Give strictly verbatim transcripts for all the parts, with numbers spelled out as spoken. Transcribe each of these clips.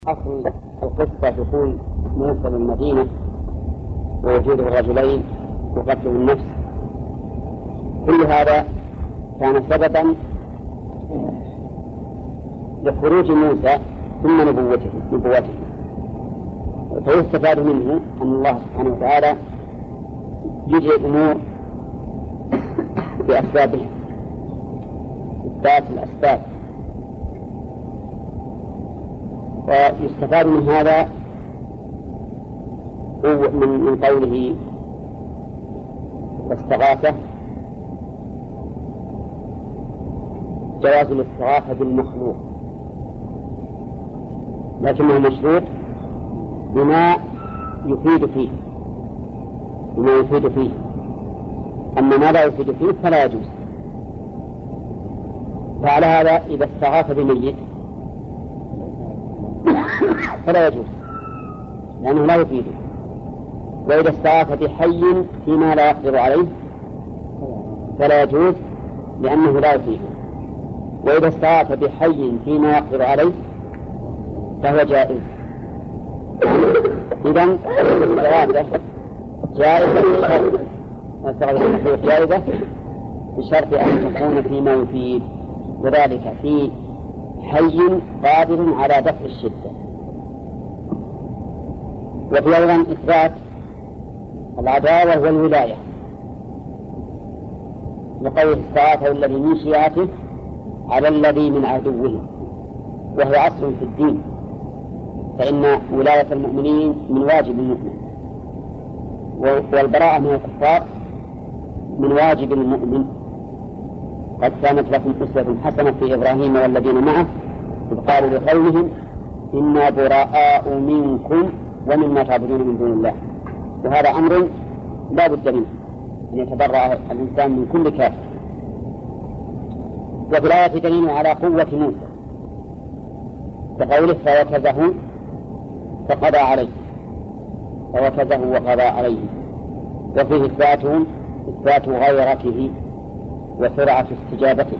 أصل القصة دخول موسى للمدينة ووجود الرجلين وقتل النفس، كل هذا كان سببا لخروج موسى ثم نبوته نبوته فيستفاد منه أن الله سبحانه وتعالى يجري الأمور بأسبابها، إثبات الأسباب. ويستفاد من هذا من قوله واستغاثة جواز الاستغاثة بالمخلوق، لكنه مشروط بما يفيد فيه بما يفيد فيه أما ما لا يفيد فيه فلا يجوز. فعلى هذا إذا استغاث بميت فلا يجوز لأنه لا يفيده، وإذا استغاث بحي فيما لا يقدر عليه فلا يجوز لأنه لا يفيده، وإذا استغاث بحي فيما يقدر عليه فهو جائز. إذن الاستغاثة جائزة بشرط جائزة بشرط أن تكون فيما يفيد، وذلك في حي قادر على دفع الشدة. وفي أيضا إثبات العداوة والولاية، لقوله استغاثه الذي من شيعته على الذي من عدوه، وهو أصل في الدين، فإن ولاية المؤمنين من واجب المؤمن، والبراءة من الكفار من واجب المؤمن. قد كانت لكم أسوة حسنة في إبراهيم والذين معه إذ قالوا لقومهم إنا براء منكم ومما تعبدون من دون الله. وهذا أمر لا بد منه، أن يتبرأ الإنسان من كل كافر. وفي الآية دليل على قوة موسى كقوله فوكزه فقضى عليه، فوكزه وقضى عليه، وفيه إثبات إثبات غيرته وسرعة استجابته،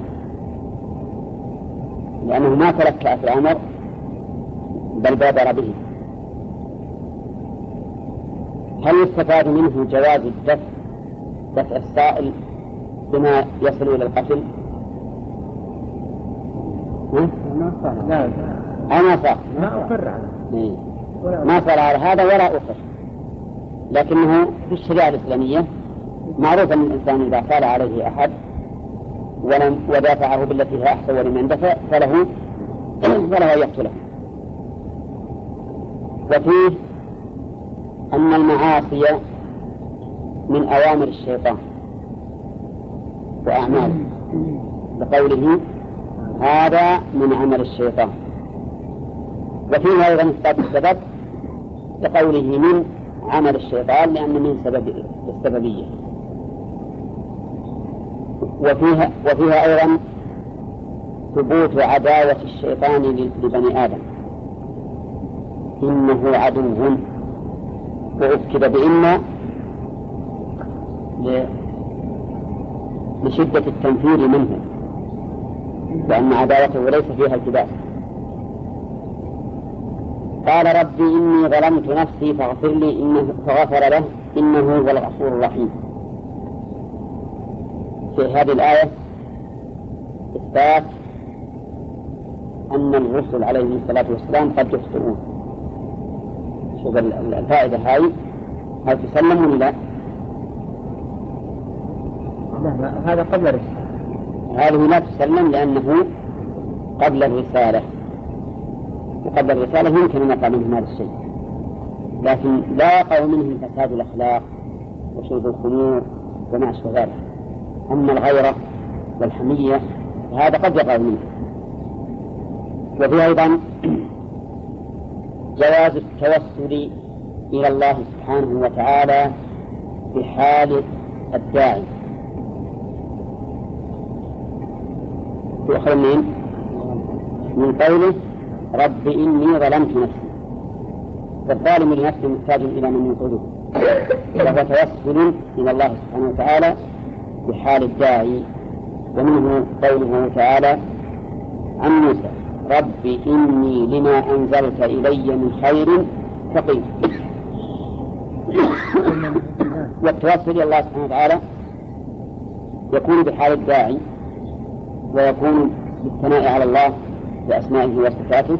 لأنه ما تلكأ في الأمر بل بادر به. هل يستفاد منه جواز الدفع دفع السائل بما يصل إلى القتل؟ ما صار لا ما صار ما أقر على ما صار على هذا ولا أقر، لكنه في الشريعة الإسلامية معروف أن الإنسان إذا قال عليه أحد ولم ودافعه بالتي هي أحسن ولم يندفع فله فله أن يقتله. وفيه أن المعاصي من أوامر الشيطان وأعماله، بقوله هذا من عمل الشيطان. وفيه أيضا إثبات السبب بقوله من عمل الشيطان لأن من سبب السببية. وفيها, وفيها أيضا ثبوت عداوة الشيطان لبني آدم، إنه عدو، وأكد بإن لشدة التنفير منه، لأن عداوته ليس فيها التباس. قال ربي إني ظلمت نفسي فاغفر لي إنه فغفر له إنه هو الغفور الرحيم. في هذه الآية إثبات أن الرسل عليهم الصلاة والسلام قد يخطئون. شوف الفائدة هاي، هل تسلم ولا لا؟ لا هذا قبل الرسالة، هذه لا تسلم لأنه قبل الرسالة، وقبل الرسالة يمكن أن يقع منه هذا الشيء، لكن لا يقع منه فساد الأخلاق وشرب الخمور وما أشبه ذلك. أما الغيرة والحمية هذا قد يقع منه. وفي أيضا جواز التوسل إلى الله سبحانه وتعالى بحال الداعي. تؤخذ من من قوله رب إني ظلمت نفسي، فالظالم لنفسه محتاج إلى من ينقذه، وهو توسل إلى الله سبحانه وتعالى بحال الداعي. ومنه قوله تعالى عن موسى رب إني لما أنزلت إلي من خير فقير. والتوسل إلى الله سبحانه وتعالى يكون بحال الداعي، ويكون بالثناء على الله بأسمائه وصفاته،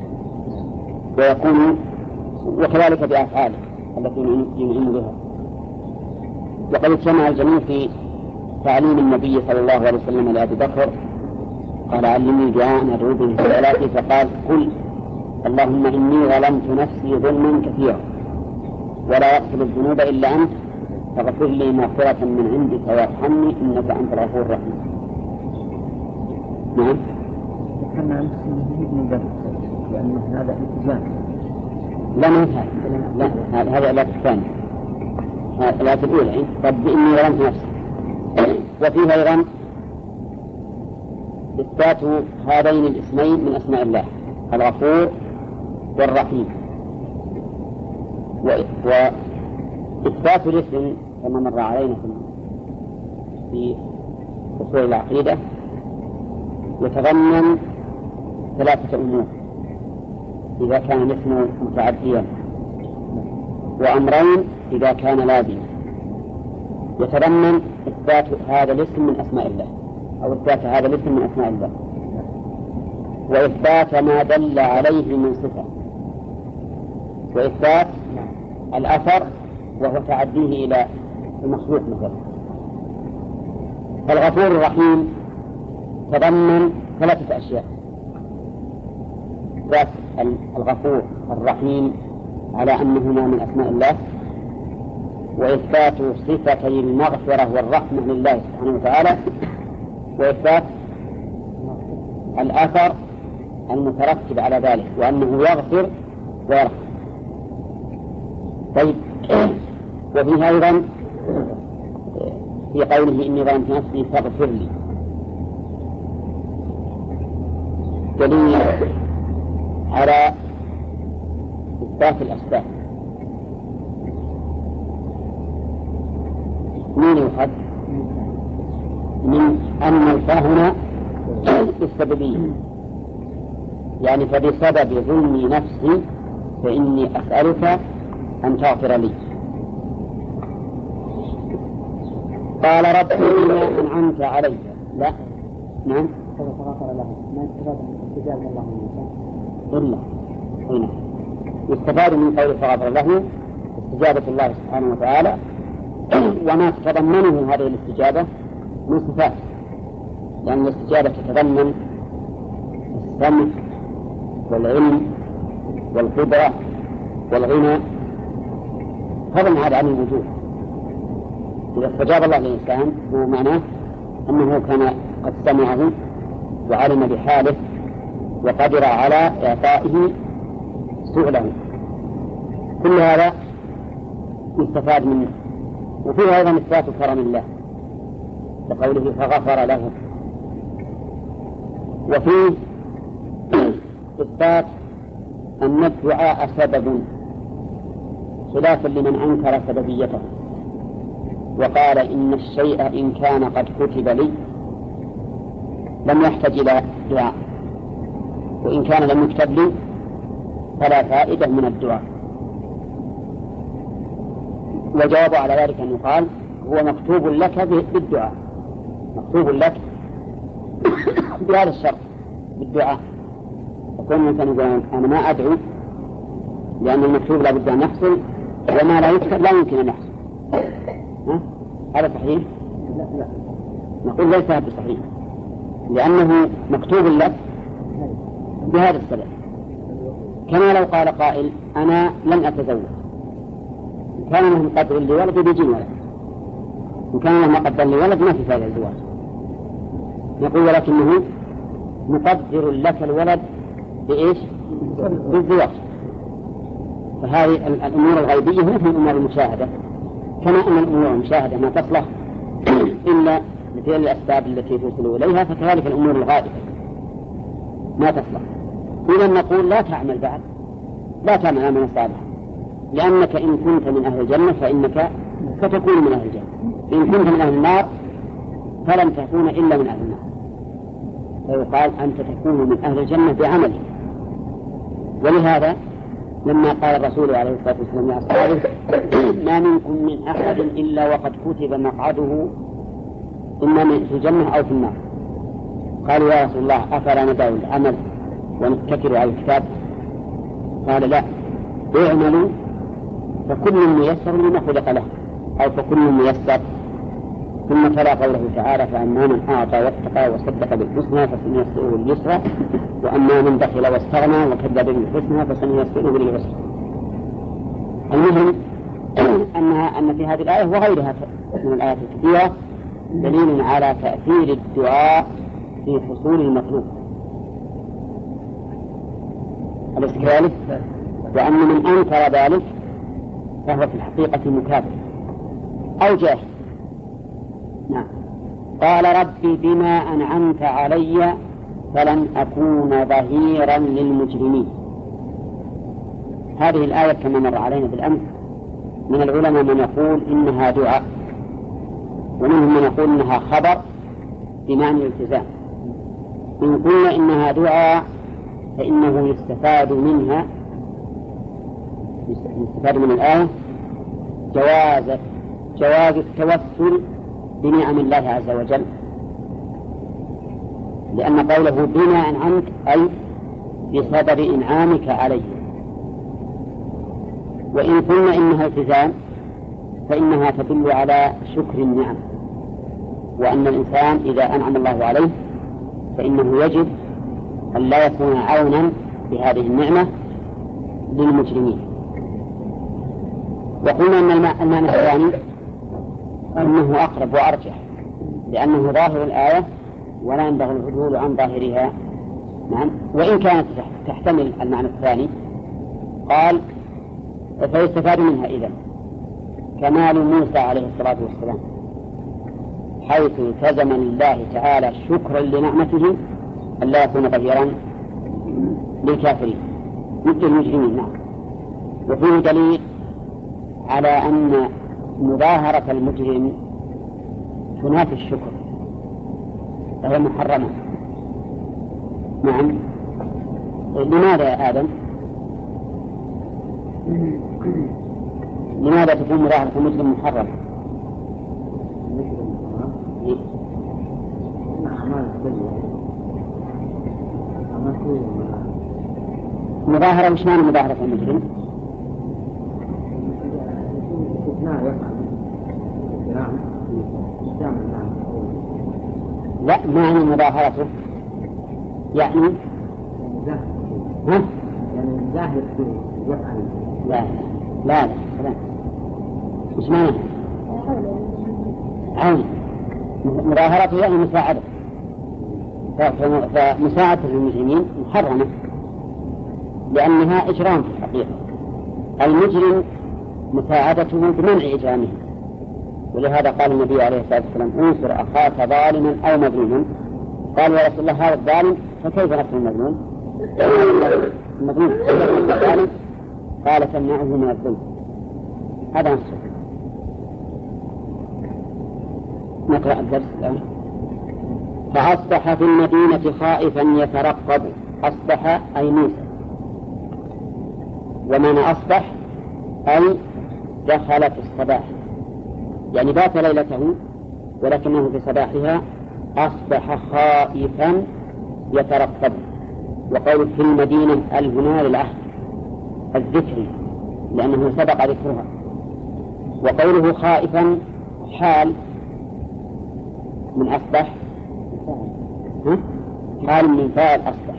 ويكون وكذلك بأفعاله التي ينعم بها. وقد اجتمع الجميع في تعليم النبي صلى الله عليه وسلم لأبي بكر، قال علمني دعاء أدعو به في صلاتي، فقال قل اللهم إني ظلمت نفسي ظلما كثيرا ولا يغفر الذنوب إلا أنت فاغفر لي مغفرة من عندك وارحمني إنك أنت الغفور الرحيم. نعم. ذكرنا عن ابن ذر لأن هذا التزام. لا ما هذا، لا هذا الآية الثانية، الآية الأولى رب إني ظلمت نفسي. وفيها أيضا إثبات هذين الاسمين من أسماء الله الغفور والرحيم. وإثبات الاسم كما مر علينا في أصول العقيدة يتضمن ثلاثة أمور إذا كان الاسم متعديا، وأمرين إذا كان لازما. يتضمن إثبات هذا الاسم من أسماء الله أو إثبات هذا الاسم من أسماء الله، وإثبات ما دل عليه من صفة، وإثبات الأثر وهو تعديه إلى المخلوق مثلا. فالغفور الرحيم تضمن ثلاثة أشياء: إثبات الغفور الرحيم على أنهما من أسماء الله، وإثبات صفتي المغفرة والرحمة لله سبحانه وتعالى، وإثبات الأثر المترتب على ذلك وأنه يغفر ويرحم. طيب، وفيها أيضا في قوله إني ظلمت نفسي فاغفر لي دليل على إثبات الأسباب. مين يحد من أن الفاء السببية، يعني فبسبب ظلمي نفسي فإني أسألك أن تغفر لي. قال رب بما أنعمت علي. لا نعم فغفر له ما استفاد من استجابة الله من إلا هنا يستفاد من قول فغفر له استجابة الله سبحانه وتعالى وما تتضمنه هذه الاستجابة من صفات، لأن الاستجابة تتضمن السمع والعلم والقدرة والغنى، فضلا هذا عن الوجود. إذا استجاب الله للإنسان هو معناه أنه كان قد سمعه وعلم بحاله وقدر على إعطائه سؤله. كل هذا يستفاد منه. وفيه أيضا إثبات كرم الله بقوله فغفر له، وفيه إثبات أن الدعاء سبب خلافا لمن أنكر سببيته وقال إن الشيء إن كان قد كتب لي لم يحتاج إلى دعاء، وإن كان لم يكتب لي فلا فائدة من الدعاء. وجواب على ذلك أن يقال هو مكتوب لك بالدعاء، مكتوب لك بهذا الشرط بالدعاء. يكون الإنسان يقول أنا ما أدعو لأن المكتوب لا بد أن يحصل وما لا يكتب لا يمكن أن يحصل. هذا صحيح؟ لا لا نقول ليس هذا صحيح، لأنه مكتوب لك بهذا السبب. كما لو قال قائل أنا لن أتزوج، كان له قدر لولد بيجين ولد، وكان له قدر لولد ما في فائدة الزواج. نقول ولكنه مقدر لك الولد بإيش؟ بالزواج. فهذه الأمور الغيبية مثل الأمور المشاهدة، كما أن الأمور المشاهدة ما تصلح إلا لفعل الأسباب التي توصل إليها، فكذلك الأمور الغائبة ما تصلح. إذا نقول لا تعمل بعد، لا تعمل عملا صالحا، لأنك إن كنت من أهل الجنة فإنك ستكون من أهل الجنة، إن كنت من أهل النار فلن تكون إلا من أهل النار. فيقال أنت تكون من أهل الجنة بعمله. ولهذا لما قال الرسول عليه الصلاة والسلام لأصحابه ما منكم من أحد إلا وقد كتب مقعده إما في الجنة أو في النار، قالوا يا رسول الله أفلا ندع العمل ونتكل على الكتاب؟ قال لا، اعملوا فكل ميسر لما خلق له، أو فكل ميسر. ثم تلا قوله تعالى فأما من أعطى واتقى وصدق بالحسنى فسنيسره لليسرى وأما من بخل واستغنى وكذب بالحسنى فسنيسره للعسرى. المهم أنها أن في هذه الآية وغيرها من الآيات الكثيرة دليل على تأثير الدعاء في حصول المطلوب. أليس كذلك؟ وأن من أنكر ذلك فهو في الحقيقة مكابر أو جاهل. نعم. قال ربي بما أنعمت علي فلن أكون ظهيرا للمجرمين. هذه الآية كما مر علينا بالأمس من العلماء من يقول إنها دعاء، ومنهم من يقول إنها خبر بمعنى الالتزام. إن قلنا إنها دعاء فإنه يستفاد منها يستفاد من الآية جواز جواز التوسل بنعم الله عز وجل، لأن قوله بما أنعمت أي بسبب إنعامك عليه. وإن قلنا إنها التزام فإنها تدل على شكر النعم، وأن الإنسان إذا أنعم الله عليه فإنه يجب أن لا يكون عونا بهذه النعمة للمجرمين. وقلنا أن المعنى الثاني أنه أقرب وأرجح، لأنه ظاهر الآية ولا ينبغي العدول عن ظاهرها. نعم. وإن كانت تحتمل المعنى الثاني قال فيستفاد منها إذن كمال موسى عليه الصلاة والسلام حيث التزم لله تعالى شكرا لنعمته أن لا يكون ظهيرا للكافرين مثل المجرمين. نعم. وفيه دليل على أن مظاهرة المجرم تنافي الشكر فهي محرمة. نعم. لماذا يا آدم؟ لماذا تكون مظاهرة المجرم محرمة؟ مظاهرة وش معنى مظاهرة المجرم؟ لا، معنى مظاهرته يعني ها؟ يعني ظاهر يفعل. لا لا لا لا وش معنى؟ عون. مظاهرته يعني مساعدة، فمساعدة المجرمين محرمة لأنها إجرام في الحقيقة. المجرم مساعدته بمنع إجرامه، ولهذا قال النبي عليه الصلاة والسلام انصر أخاك ظالما أو مظلوما. قال يا رسول الله هذا الظالم فكيف نصر المظلوم؟ المظلوم الظالم قال تمنعه من الظلم. هذا نصر. نقرأ الدرس الآن. فأصبح في المدينة خائفا يترقب. أصبح أي موسى، ومن أصبح أي دخل في الصباح، يعني بات ليلته ولكنه في صباحها أصبح خائفا يترقب. وقول في المدينة هنا للعهد الذكري لأنه سبق ذكرها. وقوله خائفا حال من أصبح، حال من فاعل أصبح.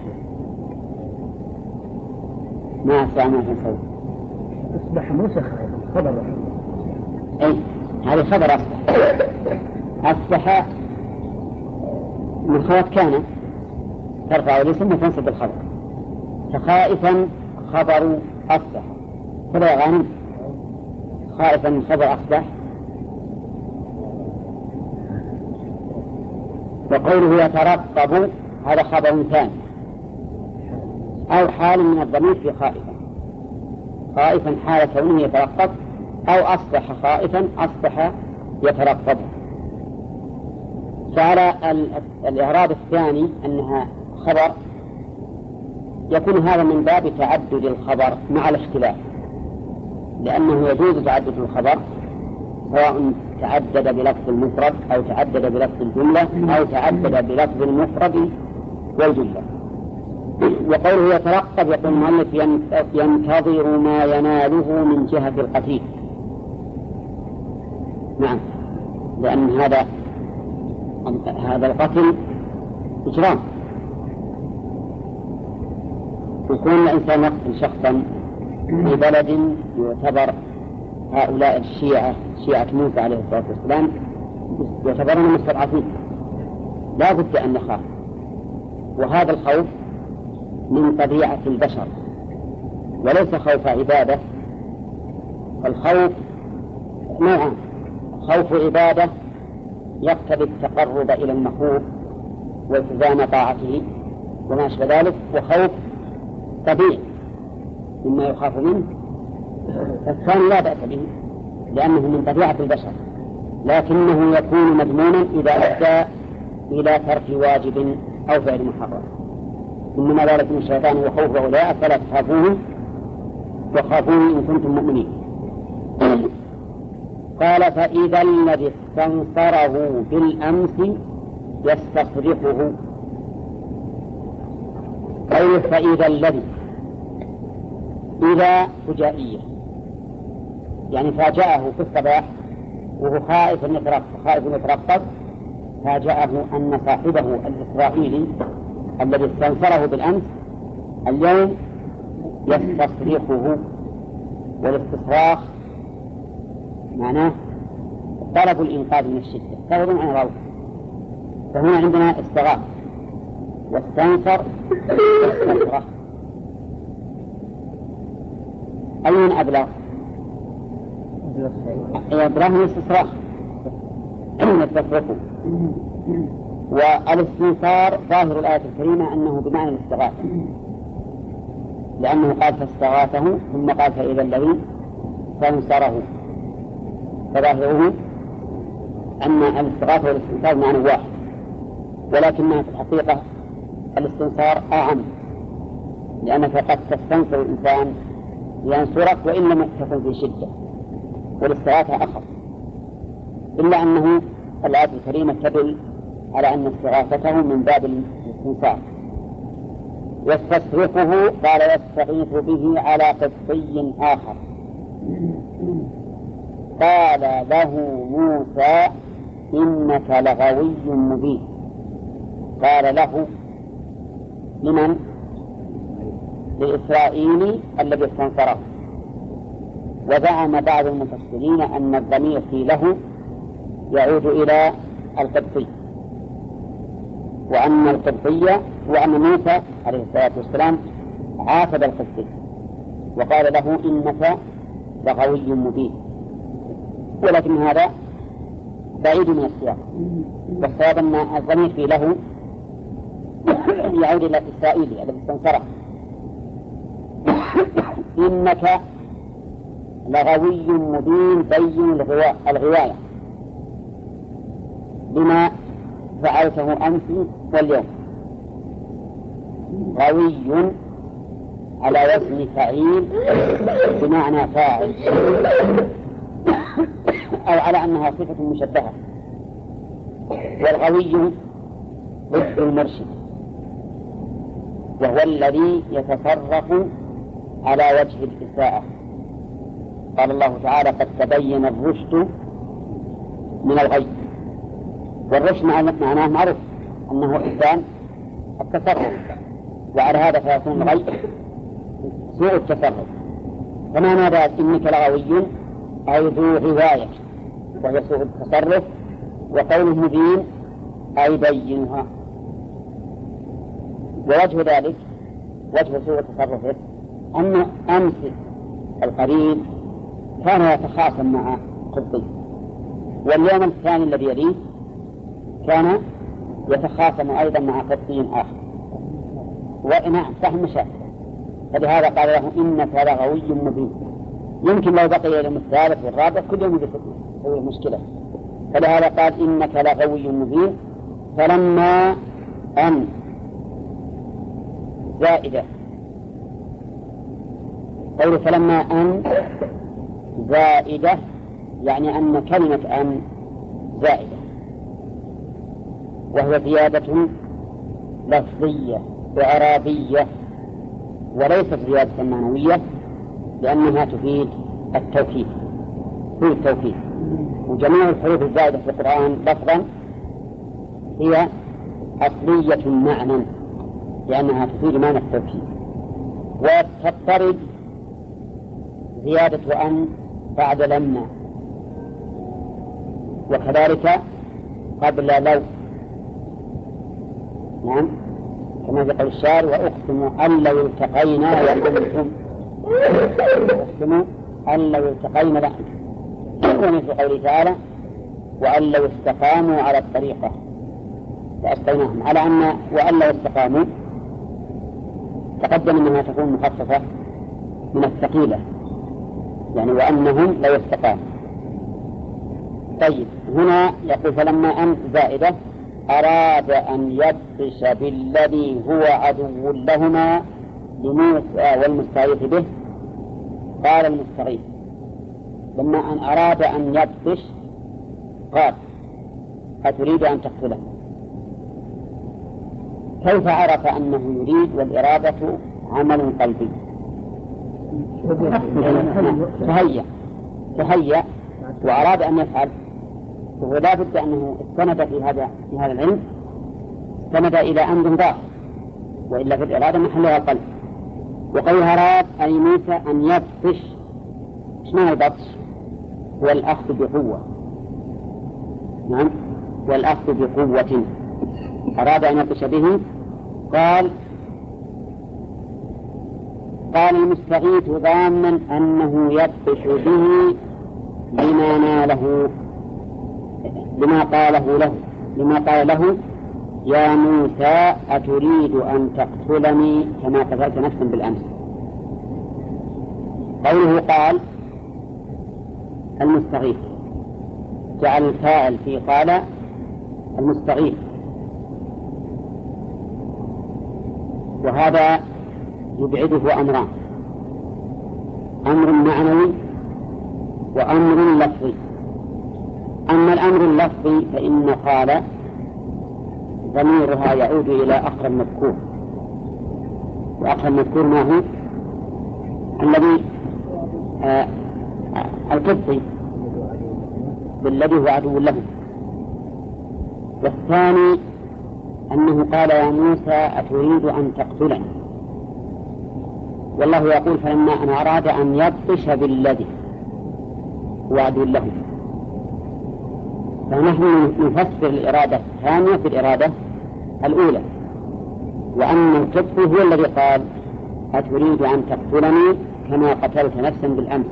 ما أسمع ما تنسوا. أصبح موسى خائفا خبر. أي هذا خبر أصبح. أصبح من خوات كان ترفع الاسم وتنصب الخبر، فخائفا خبر أصبح. فلا يا غانم خائفا خبر أصبح. وقوله يترقب هذا خبر ثاني أو حال من الضمير في خائفا. خائفا حال كونه يترقب، أو أصبح خائفا أصبح يترقب. فعلى الإعراب الثاني أنها خبر يكون هذا من باب تعدد الخبر مع الاختلاف، لأنه يجوز تعدد الخبر سواء تعدد بلفظ المفرد أو تعدد بلفظ الجملة أو تعدد بلفظ المفرد والجملة. وقوله يترقب يقول المؤلف ينتظر ما يناله من جهة القتيل. نعم، لأن هذا هذا القتل إجرام، يكون الإنسان يقتل شخصا في بلد يعتبر هؤلاء الشيعة شيعة موسى عليه الصلاة والسلام يعتبرون مستضعفين، لا بد أن نخاف، وهذا الخوف من طبيعة البشر وليس خوف عبادة. الخوف نوعان: خوف عبادة يقتضي التقرب إلى المخوف والتزام طاعته وما أشبه ذلك، وخوف طبيعي مما يخاف منه، فالثاني لا بأس به لأنه من طبيعة البشر، لكنه يكون مذموما إذا أدى إلى ترك واجب أو فعل محرم. إنما ذلك من الشيطان وخوف أولئك فلا تخافوهم وخافوني إن كنتم مؤمنين. قال: فإذا الذي استنصره بالأمس يستصرخه. قوله فإذا الذي، إذا فجائية يعني فاجأه في الصباح وهو خائف يترقب، فاجأه أن صاحبه الإسرائيلي الذي استنصره بالأمس اليوم يستصرخه. والاستصراخ معناه طلب الإنقاذ من الشدة، طلب عن الروح، فهنا عندنا استغاث واستنصر واستفرخ. أين أبلغ؟ أبلغ من الاستصراخ يستصرخه. والاستنصار ظاهر الآية الكريمة أنه بمعنى الاستغاثة، لأنه قال فاستغاثه ثم قال فإذا الذي فانصره، فظاهره أن الاستغاثة والاستنصار معنى واحد، ولكنها في الحقيقة الاستنصار أعم، لأنك قد تستنصر الإنسان لينصرك وإن لم تكن في شدة، والاستغاثة أخف، إلا أنه الآية الكريمة تدل على أن استغاثته من باب الاستنصار. يستصرخه قال يستغيث به على قبطي آخر. قال له موسى إنك لغوي مبين. قال له لمن؟ للإسرائيلي الذي استنصره. وزعم بعض المفسرين أن الضمير في له يعود إلى القبطي، وأن القبطية وأن موسى عليه الصلاة والسلام عاتب القبطي وقال له إنك لغوي مبين، ولكن هذا بعيد من السياق، والصواب أن الضمير في له يعود إلى الإسرائيلي الذي استنصره. إنك لغوي مبين بين الغواية بما فعلته أمس واليوم. غوي على وزن فعيل بمعنى فاعل، أو على أنها صفة مشبهة. والغوي ضد المرشد، وهو الذي يتصرف على وجه الإساءة. قال الله تعالى قد تبين الرشد من الغي، والرشد معناه معروف أنه إنسان التصرف، وعلى هذا فيكون الغي سوء التصرف. فما نادى إنك لغوي أي ذو غواية وهي سوء التصرف، وقوله مبين أي بينها. ووجه ذلك وجه سوء التصرف أن أمس القريب كان يتخاصم مع قبطي، واليوم الثاني الذي يليه كان يتخاصم أيضا مع قبطي آخر، ونعم صح مشاكل. فلهذا قال له إنك لغوي مبين. يمكن لو بقي اليوم الثالث والرابع كل يوم يسوي مشكلة، فلهذا قال إنك لغوي مبين فلما أن زائدة. قول فلما أن زائدة يعني أن كلمة أن زائدة، وهي زيادة لفظية وإعرابية وليست زيادة معنوية، لأنها تفيد التوكيد تفيد التوكيد وجميع الحروف الزائدة في القرآن لفظا هي أصلية معنى، لأنها تفيد معنى التوكيد. وتضطرد زيادة أن بعد لما، وكذلك قبل لو. نعم، كما في قول الشاعر: وأقسم أن لو التقينا يقولكم أقسم أن لو التقينا لحن. ومثل قوله تعالى: وأن لو استقاموا على الطريقة لأسقيناهم، على أن وأن لو استقاموا تقدم أنها تكون مخففة من الثقيلة، يعني وأنهم لو استقاموا. طيب، هنا يقول فلما أن زائدة أراد أن يبطش بالذي هو عدو لهما لموسى والمستغيث به. قال المستغيث لما أن أراد أن يبطش قال: أتريد أن تقتله؟ كيف عرف أنه يريد والإرادة عمل قلبي؟ تهيأ تهيأ وأراد أن يفعل، ولا بد أنه استند في هذا في هذا العلم استند إلى أمر ظاهر، وإلا في الإرادة محلها القلب. وقول أراد أي موسى أن يبطش. إيش معنى البطش؟ هو الأخذ بقوة. نعم، والأخذ بقوة. أراد أن يبطش به. قال قال المستغيث ضامنا أنه يبطش به لما ناله لما قاله له لما قال له: يا موسى أتريد أن تقتلني كما قتلت نفسا بالأمس. قوله قال المستغيث جعل الفاعل في قال المستغيث، وهذا يبعده أمران: أمر معنوي وأمر لفظي. أما الأمر اللفظي فإن قال ضميرها يعود إلى أقرب مذكور، وأقرب مذكور ما هو؟ الذي آه القبطي بالذي هو عدو له. والثاني أنه قال: يا موسى أتريد أن تقتلني. والله يقول: فلما أن أراد أن يبطش بالذي هو عدو له. فنحن نفسر الإرادة الثانية في الإرادة الأولى، وأن القبطي هو الذي قال: أتريد أن تقتلني كما قتلت نفسا بالأمس.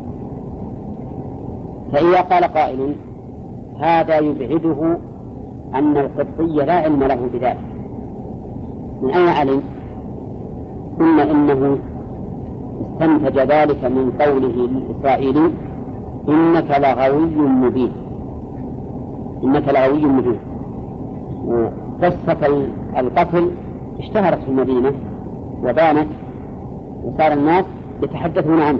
فإذا قال قائل: هذا يبعده أن القبطي لا علم له بذلك، من أين علم؟ ثم إنه استنتج ذلك من قوله للإسرائيلي: إنك لغوي مبين. إنك لغوي مبين. وقصة القتل اشتهرت في المدينة وبانت، وصار الناس يتحدثون عنه.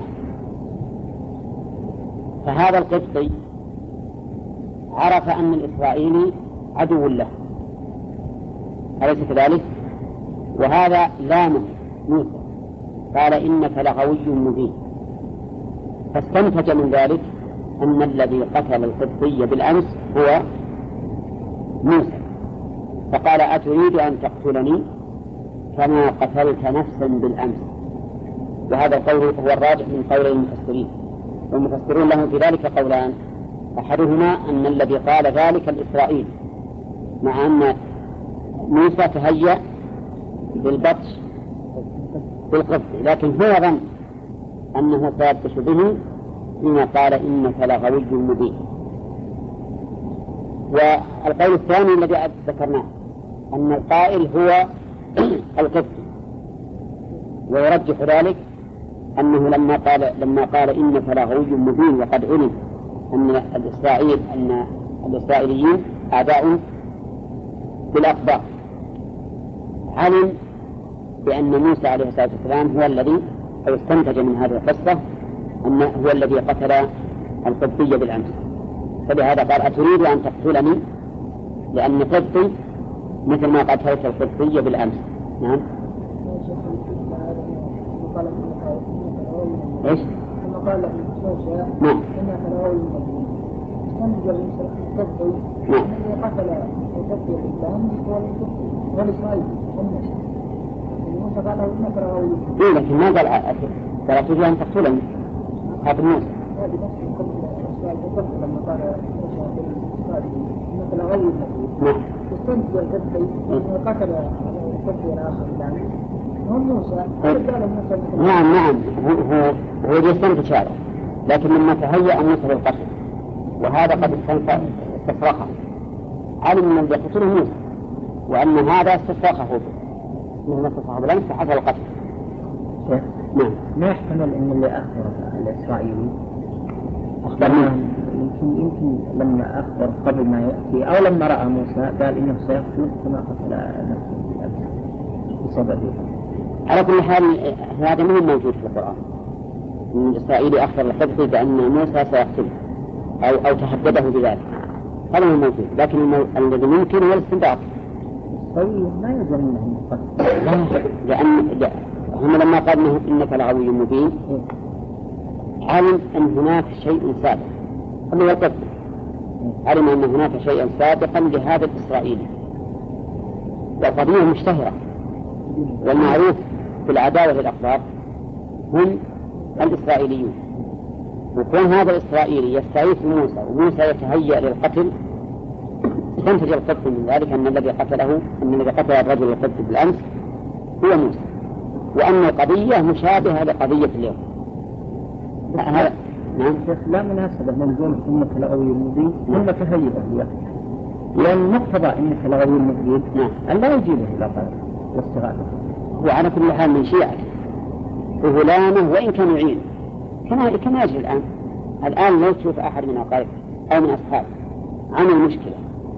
فهذا القبطي عرف أن الإسرائيلي عدو له، أليس كذلك؟ وهذا لامه موسى، قال: إنك لغوي مبين. فاستنتج من ذلك أن الذي قتل القبطي بالأمس هو موسى، فقال: أتريد أن تقتلني كما قتلت نفسا بالأمس. وهذا القول هو الراجح من قول المفسرين، والمفسرون لهم في ذلك قولان: أحدهما أن الذي قال ذلك الإسرائيل، مع أن موسى تهيأ بالبطش بالقبطي، لكن هو ظن أنه سيبطش به فيما قال: إنك لغوي مبين. والقول الثاني الذي ذكرناه أن القائل هو القبطي، ويرجح ذلك أنه لما قال لما قال إنك لغوي مبين، وقد علم أن الإسرائيل أن الإسرائيليين أعداء بالأخبار علم بأن موسى عليه الصلاة والسلام هو الذي أو استنتج من هذه القصة أن هو الذي قتل القبطي بالأمس، فلهذا قال أتريد أن تقتلني لأن قبطي مثل ما قتلت القبطي بالأمس. نعم. إيش؟ قال موسى نعم. إنك لغوي مبين استنتج القبطي نعم. الذي قتل القبطي بالأمس هو الإسرائيلي موسى. موسى قال له إنك لغوي مبين. إيه لكن ما قال قال أتريد أن تقتلني هذا موسى. هذه نفس القبطي لما قال موسى بالإسرائيلي إنك لغوي مبين. نعم. استنتج القبطي أنه قتل القبطي الآخر بالأمس هم موسى. نعم نعم هو هو هو يستنتج هذا، لكن لما تهيأ موسى للقتل وهذا قد استصرخه علم من الذي يقتله موسى وأن هذا استصرخه مثل ما استصرخه بالأمس فحصل القتل. نعم. ما يحتمل أن اللي أخبر الإسرائيلي أخبرنا يمكن يمكن لما أخبر قبل ما يأتي أو لما رأى موسى قال إنه سيقتل كما قتل نفسه بالأمس بسببه. على كل حال هذا مهم موجود في القرآن من الإسرائيلي أخبر القبطي بأن موسى سيقتله أو أو تهدده بذلك، هذا هو موجود، لكن المو... الذي ممكن هو الاستنباط. طيب ما يلزم منهم القتل. لا لأن لا. هم لما قالوا إنك لغوي مبين علم أن هناك شيء سابق هو القتل، علم أن هناك شيئا سابقا لهذا الإسرائيلي وقضية مشتهرة، والمعروف في العداوة الأخبار هم الإسرائيليون، وكون هذا الإسرائيلي يستعيث موسى وموسى يتهيأ للقتل استنتج القبطي من ذلك أن الذي قتله أن الذي قتل الرجل القبطي بالأمس هو موسى، وأن القضية مشابهة لقضية اليوم. هذا نعم. لا مناسبة من نقول إنك لغوي مبين ولا تهيئه له، لأن مقتضى إنك لغوي مبين أن لا يجيبه إلى قتل واستغاثة. هو على كل حال من شيعته وغلامه وإن كان يعين كما كما يجري الآن. الآن لو تشوف أحد من أقاربه أو من أصحابه عمل مشكلة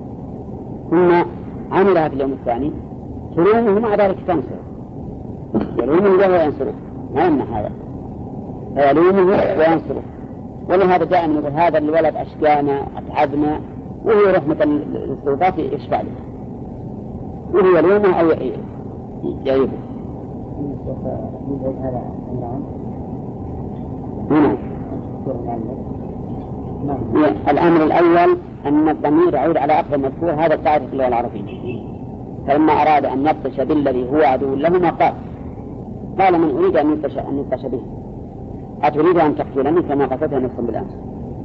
ثم عملها في اليوم الثاني تلومه مع ذلك تنصر، يلومه وهو ينصره، ما يمنع هذا، فيلومه وينصره. ولهذا جاء من هذا الولد أشقانا أتعبنا وهو رحمة للسلطات يشفع له وهو يلومه أو يعيبه. هنا الأمر الأول أن الضمير يعود على أقرب مذكور، هذا القاعدة في اللغة العربية. فلما أراد أن يبطش بالذي هو عدو له ما قال قال من أريد أن يبطش به أتريد أن تقتلني كما قتلت نفسا بالأمس.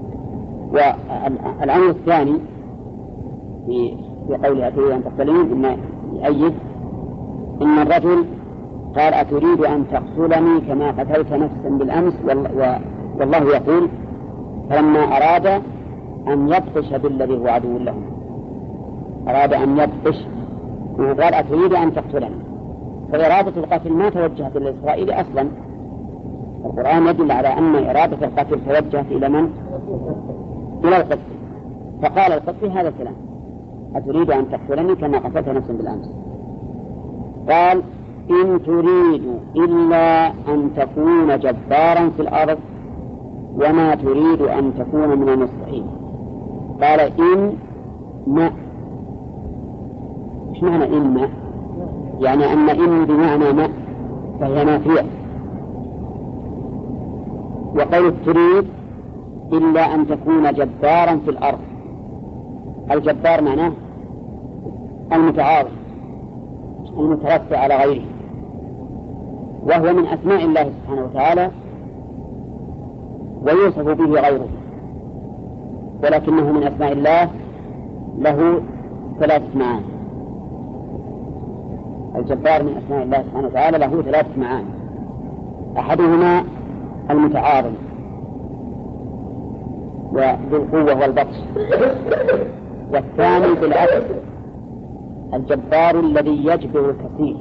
والأمر الثاني في في قوله أتريد أن تقتلني إن يؤيد إن الرجل قال أتريد أن تقتلني كما قتلت نفسا بالأمس، والله يقول فلما أراد أن يبطش بالذي هو عدو له أراد أن يبطش وقال أتريد أن تقتلني، فإرادة القتل ما توجهت إلى إسرائيل أصلا. القرآن يدل على أن إرادة القتل توجهت إلى من؟ إلى القتل. فقال القتل هذا الكلام أتريد أن تقتلني كما قتلت نفسا بالأمس. قال إن تريد إلا أن تكون جبارا في الأرض وما تريد أن تكون من المصلحين. قال إن ما إيش معنى إن ما؟ يعني أن إن بمعنى ما فهي نافية. وقول تريد إلا أن تكون جبارا في الأرض، الجبار معناه المتعاظم المترفع على غيره، وهو من أسماء الله سبحانه وتعالى ويوصف به غيره، ولكنه من أسماء الله له ثلاثة معاني. الجبار من أسماء الله سبحانه وتعالى له ثلاثة معاني، أحدهما المتعاظم وذو القوة والبطش، والثاني بالعكس الجبار الذي يجبر الكثير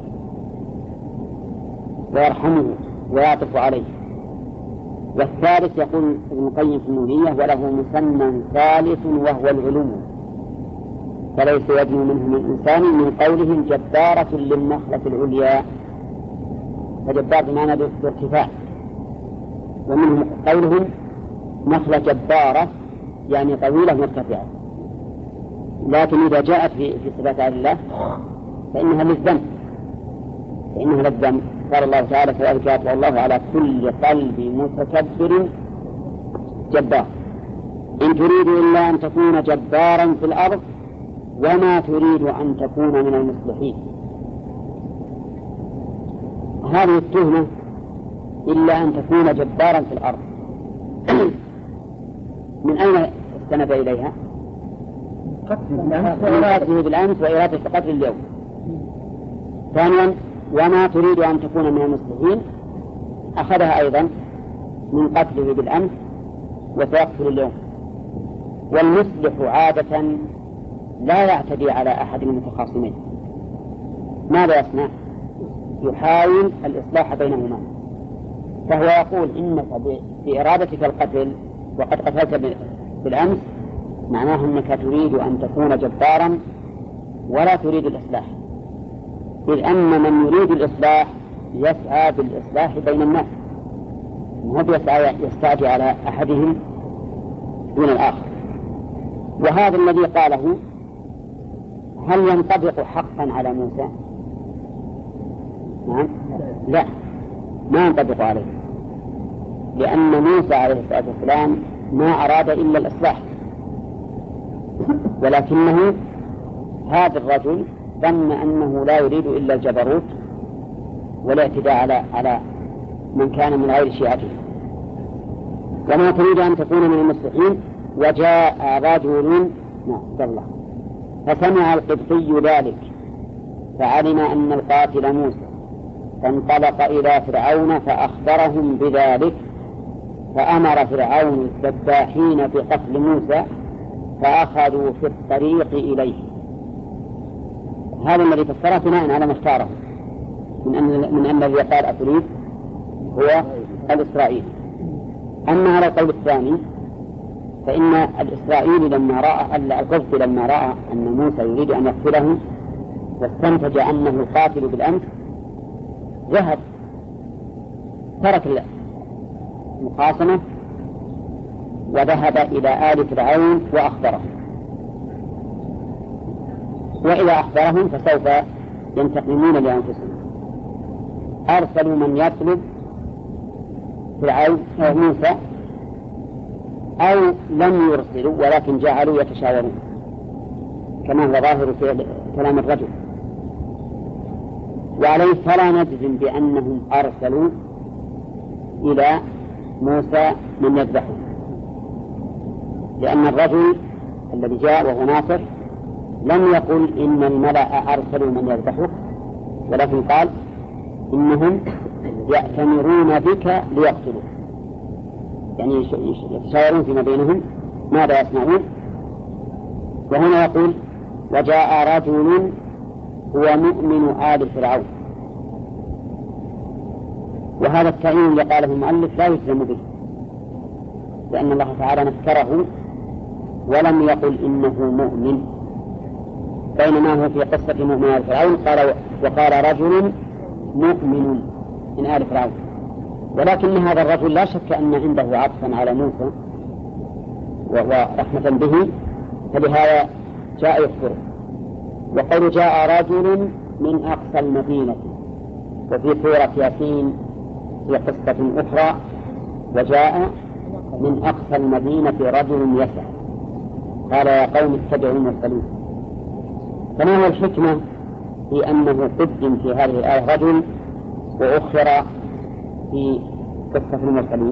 ويرحمه ويعطف عليه. والثالث يقول ابن القيم في النونية وله مسمى ثالث وهو العلو، فليس يدنو منهم الإنسان من قولهم جبارة للنخلة العليا، فجبار بمعنى الارتفاع، ومنهم قولهم نخلة جبارة يعني طويلة مرتفعة. لكن إذا جاءت في في صفات الله فإنها للذم، فإنها للذم. قال الله تعالى كذلك يطبع الله على كل قلب متكبر جبار، إن تريد إلا أن تكون جبارا في الأرض وما تريد أن تكون من المصلحين. هذه التهمة إلا أن تكون جبارا في الأرض من أين استند إليها؟ إرادته بالأمس وإرادة قتل اليوم. ثانيا وما تريد أن تكون من المصلحين أخذها أيضا من قتله بالأمس وسيقتل اليوم. والمصلح عادة لا يعتدي على أحد من المتخاصمين، ماذا يصنع؟ يحاول الإصلاح بينهما، فهو يقول إنك بإرادتك القتل وقد قتلت بالأمس معناه أنك تريد أن تكون جبارا ولا تريد الإصلاح، إذ أن من يريد الإصلاح يسعى بالإصلاح بين الناس، وهو يسعى يستعجي على أحدهم دون الآخر. وهذا الذي قاله هل ينطبق حقا على موسى؟ نعم؟ لا، ما ينطبق عليه، لأن موسى عليه الصلاة والسلام ما أراد إلا الإصلاح، ولكنه هذا الرجل ظن أنه لا يريد إلا الجبروت والاعتداء على على من كان من غير شيعته. وما تريد أن تكون من المصلحين. وجاء رجل الله فسمع القبطي ذلك فعلم أن القاتل موسى، فانطلق إلى فرعون فأخبرهم بذلك، فأمر فرعون الذباحين بقتل موسى فأخذوا في الطريق إليه. هذا الذي فسره بناء على ما اختاره من أن من أن الذي قال أتريد هو الإسرائيلي. أما على القول الثاني فإن الإسرائيلي لما رأى القبطي لما رأى أن موسى يريد أن يقتله واستنتج أنه القاتل بالأمس ذهب ترك المخاصمة وذهب إلى آل فرعون وأخبره، وإذا أخبرهم فسوف ينتقمون لأنفسهم. أرسلوا من يطلب فرعون موسى أو لم يرسلوا ولكن جعلوا يتشاورون كما هو ظاهر في كلام الرجل. وعليه فلا نجزم بأنهم أرسلوا إلى موسى من يذبحه، لأن الرجل الذي جاء وهو ناصر لم يقل إن الملأ أرسلوا من يذبحه، ولكن قال إنهم يأتمرون بك ليقتلوا، يعني يتشاورون فيما بينهم ماذا يصنعون. وهنا يقول وجاء رجل هو مؤمن آل فرعون، وهذا التعيين اللي قاله المؤلف لا يلزم به، لأن الله تعالى نكره ولم يقل إنه مؤمن، بينما هو في قصة مؤمن آل فرعون قال وقال رجل مؤمن من آل فرعون، ولكن هذا الرجل لا شك أن عنده عطفا على موسى ورحمة به، فلهذا جاء يخبره. وقول جاء رجل من أقصى المدينة، وفي سورة ياسين في قصة أخرى وجاء من أقصى المدينة رجل يسعى قال يا قوم اتبعوا المرسلين. فما هو الحكمة في أنه قدم في هذه الآية رجل وأخر في قصة المرسلين؟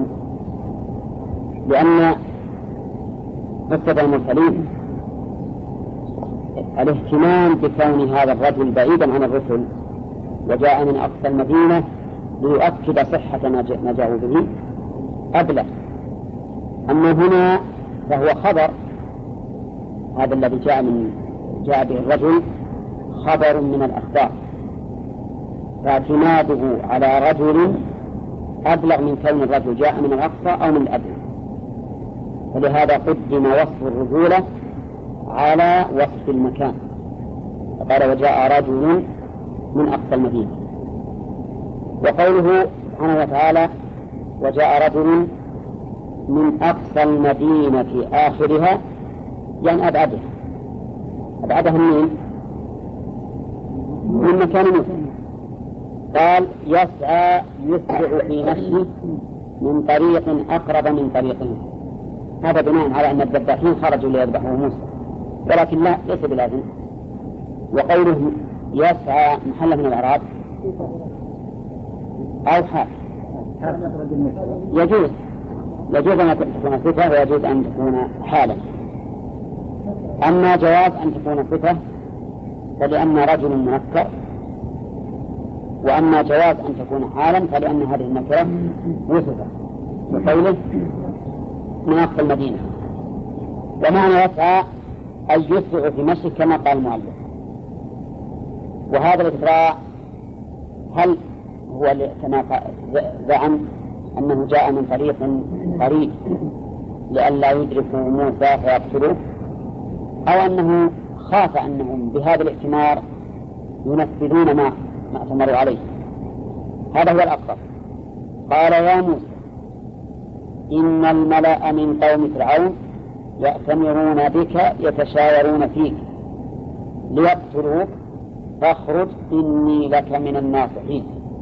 لأن قصة المرسلين الاهتمام بكون هذا الرجل بعيدا عن الرسل وجاء من أقصى المدينة ليؤكد صحة ما جاءوا به أبلغ. أما هنا فهو خبر، هذا الذي جاء من جاء به الرجل خبر من الأخبار، فاعتماده على رجل أبلغ من كون الرجل جاء من الأقصى أو من الأدنى، فلهذا قدم وصف الرجولة على وصف المكان، فقال وجاء رجل من أقصى المدينة. وقوله سبحانه وتعالى وجاء رجل من أقصى المدينة آخرها يعني أبعدها، أبعدها منين؟ من مكان موسى. قال يسعى يسرع في مشيه من طريق أقرب من طريقه، هذا بناء على أن الذباحين خرجوا ليذبحوا موسى، ولكن لا ليس بلازم. وقوله يسعى محل من الأعراب أو حال يجوز يجوز أن تكون صفة ويجوز أن تكون حالا. أما جواز أن تكون صفة فلأن رجل منكر، وأما جواز أن تكون حالا فلأن هذه النكرة وصفة بقوله من أقصى المدينة. ومعنى يسعى أن يسرع في مشي كما قال المؤلف. وهذا الإسراع هل هو كما زعم أنه جاء من طريق قريب لئلا يدركوا موسى فيقتلوه، أو أنه خاف أنهم بهذا الاحتمار ينفذون ما ما اعتمروا عليه؟ هذا هو الأقرب. قال يا موسى إن الملأ من قوم فرعون يأتمرون بك يتشاورون فيك ليقتلوك فاخرج إني لك من الناصحين.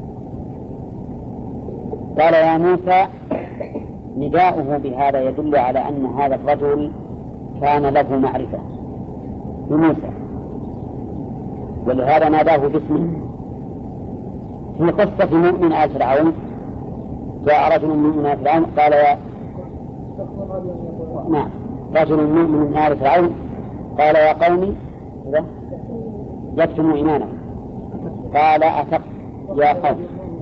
قال يا موسى نداؤه بهذا يدل على أن هذا الرجل كان له معرفة بموسى، ولهذا ناداه باسمه. في قصة مؤمن آل فرعون جاء رجل من آل فرعون قال يا نعم رجل مؤمن من آل فرعون قال يا قومي يكتم إيمانه قال أتق يا قوم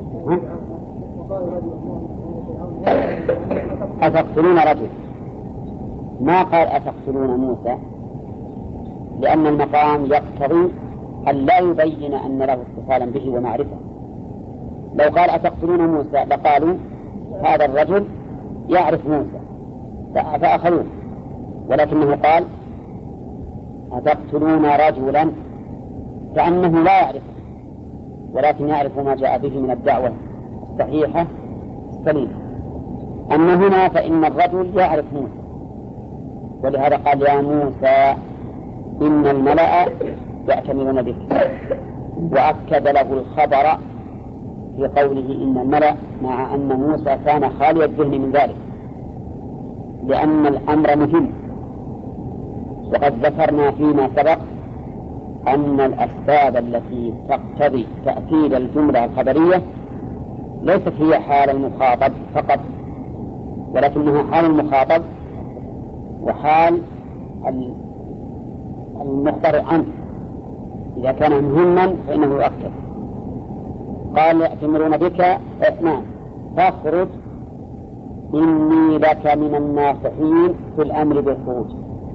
أتقتلون رجل، ما قال أتقتلون موسى، لأن المقام يقتضي أن لا يبين أن له اتصالا به ومعرفة. لو قال أتقتلون موسى لقالوا هذا الرجل يعرف موسى فأخذوه، ولكنه قال أتقتلون رجلا كأنه لا يعرفه ولكن يعرف ما جاء به من الدعوة الصحيحة السليمة. أما هنا فإن الرجل يعرف موسى، ولهذا قال يا موسى إن الملأ يأتمرون بك، وأكد له الخبر في قوله إن الملأ مع أن موسى كان خالي الذهن من ذلك، لأن الأمر مهم. وقد ذكرنا فيما سبق أن الأسباب التي تقتضي تأكيد الجملة الخبرية ليست هي حال المخاطب فقط، ولكنها حال المخاطب وحال المخبر عنه. إذا كان مهما فإنه يؤكد. قال يأتمرون بك نعم فاخرج إني لك من الناصحين في الأمر بالخروج.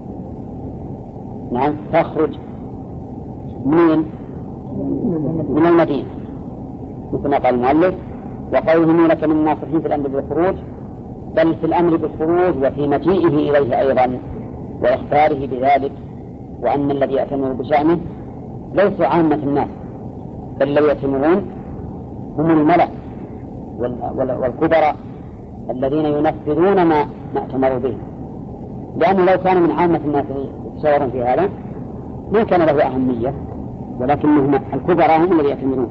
نعم فاخرج من من المدينة مثل ما قال المؤلف، وقوله إني لك من الناصحين في الأمر بالخروج بل في الأمر بالخروج وفي مجيئه إليه أيضا وإخباره بذلك، وأن الذي يأتمر بشأنه ليس عامة الناس بل الذي يأتمرون هم الملأ والكبراء الذين ينفذون ما أتمروا به، لأنه لو كان من عامة الناس يتشاورون في هذا ما كان له أهمية، ولكنهم الكبراء هم الذين يأتمرون.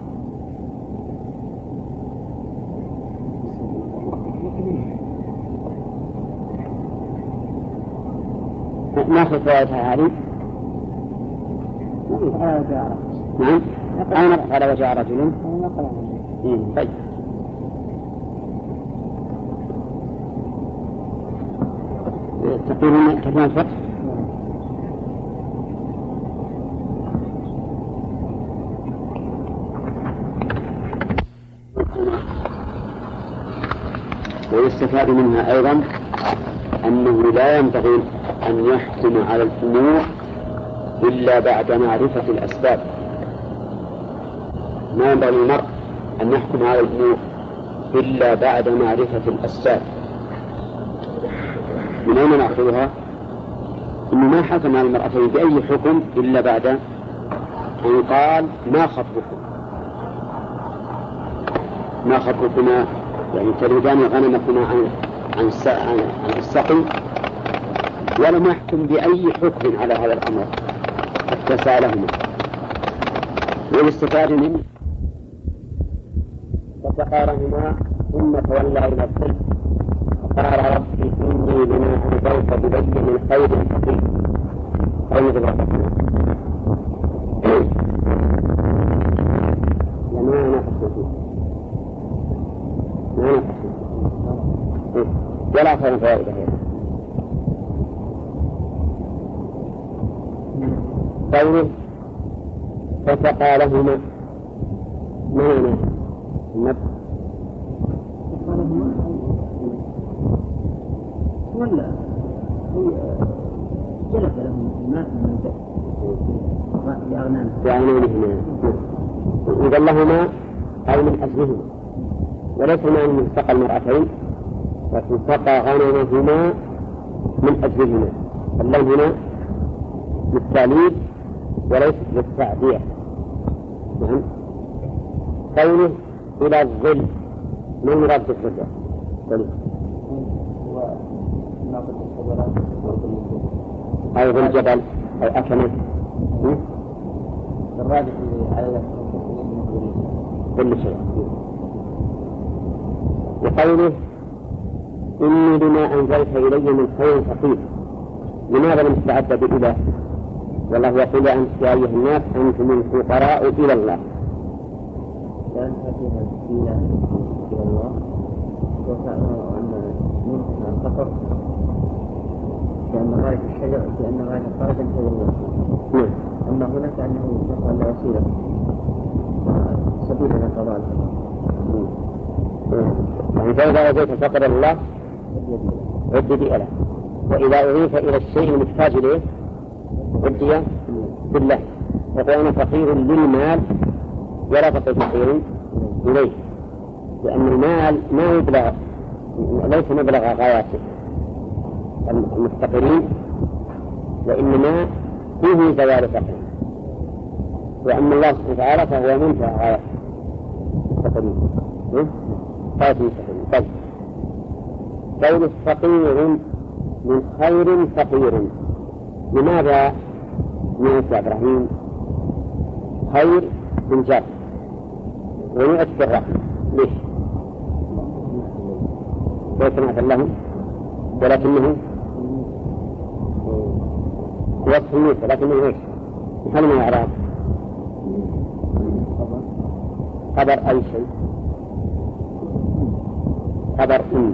ناخذ فوائدها هذه. نعم أين قال وجاء رجل؟ طيب تقولون كلمة الفتح ويستفاد منها أيضا أنه لا ينبغي أن يحكم على الأمور إلا بعد معرفة الأسباب. ما ينبغي المرء أن يحكم على الأمور إلا بعد معرفة الأسباب. من أين نأخذها؟ إنه ما حكم على المرأتين بأي حكم إلا بعد أن قال ما خطبكم ما خطبكما يعني تريدان غنمكما عن عن عن السقي، ولم يحكم بأي حكم على هذا الأمر حتى سألهما. والاستفادة منه فتقارهما ثم تولى إلى الظل فقال ربي إني لما أنزلت ببين من خير فقير أو مثل ربكما لما نقص فيه ما نقص فيه ولا خير فوائد هذا. قوله فسقى لهما معنى النبي ولا جلب لهم الماء من بأعنانهما إذا لهما أو من أجلهما، وليس معنى من سقى المرأتين لكن سقى غنمهما من أجلهما. اللام هنا للتعليل وليس للتعبير. نعم. قوله إلى الظل ما مراد بالظل؟ أو ذو الجبل أو أكمل الراجح على كل شيء. وقوله إني لما أنزلت إلي من خير فقير، لماذا لم تتعدى بإله؟ والله يقول أنت يا أيها الناس أنتم الفقراء إلى الله. كان فيها الإله إلى الله وكأنه أن منها الفقر لأن غاية الشجر لأن غاية الخارج إلى الله. نعم. أما هنا كأنه يقال لا وسيلة سبيل إلى قضاء يعني فإذا وجدت الفقر إلى الله عد بإله، وإذا أضيف إلى الشيء المحتاج إليه عد بالله. يقول أنا فقير للمال ولا فقير إليه، لأن المال ما يبلغ ليس مبلغ غاياته المفتقرين، وإنما فيه زوال فقر، وأما الله سبحانه وتعالى فهو منتهى غاية الفقرين. غاية المستقيم. طيب قول فقير من خير فقير، لماذا نعت إبراهيم خير من جر ونعت بالرحمة؟ ليش؟ ليس نعت الله ولكنه وصف النوت، ولكنه ايش؟ هل من الإعراب؟ خبر أي شيء، خبر إن.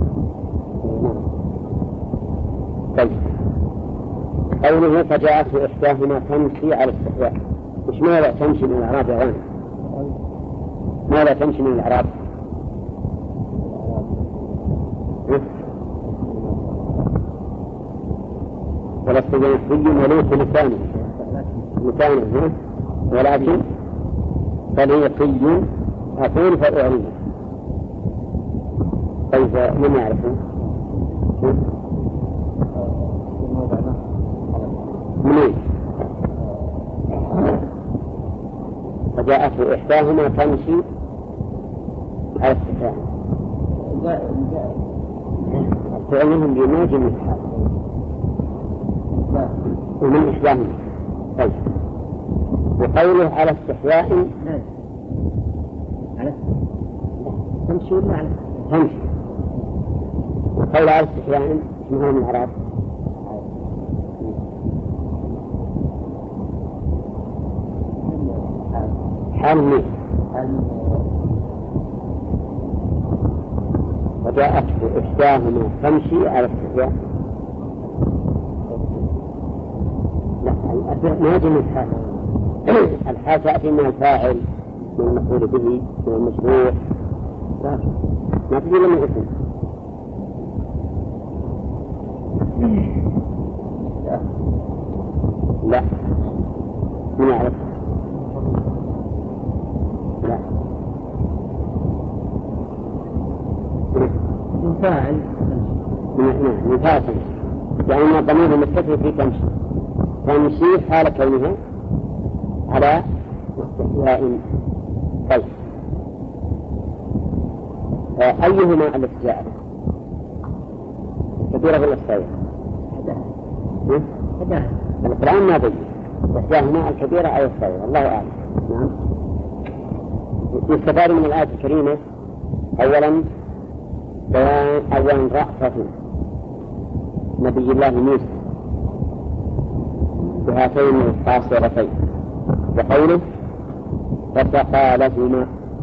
طيب قوله فجاءته إحداهما تمشي على استحياء، وش ماذا تمشي من الإعراب يا غانم؟ ماذا تمشي من الإعراب؟ ولست بنسبي وليس لسانه لسانه ولكن طليقي أقول فأعلم. طيب من يعرفه؟ منين؟ فجاءته إحداهما تمشي على استحياء، فعلهم بيناجي من الحال ومن إحداهما. طيب وقوله على استحياء على تمشي ولا على تمشي، وقول على استحياء اسمها من الأعراب حال مين؟ وجاءته إحداهما تمشي على استحياء. لا ما يجي من الحال، الحال تأتي من الفاعل من المفعول به من المشروع، ما تجي من الاسم. لا من يعرف؟ لا من فاعل من من فاعل لأن الضمير المستتر في تمشي تمشي حال كونها على استحياء. طيب أيهما التي جاءت كبيرة ولا صغيرة؟ القرآن ما بين إحداهما الكبيرة أو الصغيرة، الله أعلم. نعم. يستفاد من الآية الكريمة أولا بيان أولا رأفة نبي الله موسى بهاتين القاصرتين وقوله فسقى لهما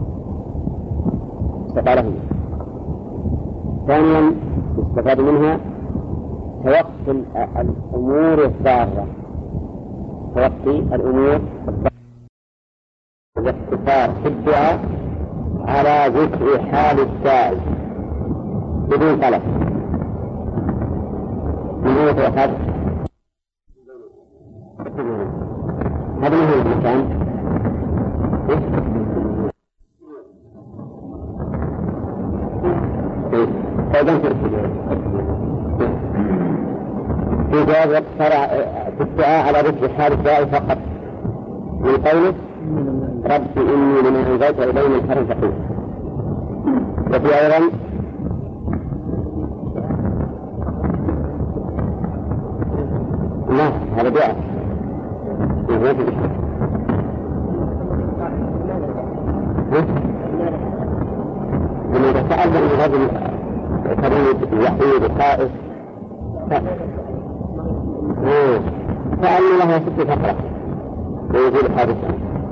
سقى لهما. ثانيا يستفاد منها توقي الأمور الضارة، توقي الأمور الضارة والاقتصار في الدعاء على ذكر حال الداعي بدون طلب. من هو توقف هذا هو المكان في جواز اقتصار في الدعاء على ذكر حال الداعي فقط من قوله رب إني لما أنزلت إلي من خير فقير. وفي أيضا لا هذا دعاء لما يتساءل عن رجل فريد وحيد خائف سألني له ست فقرة ويقول حادثا.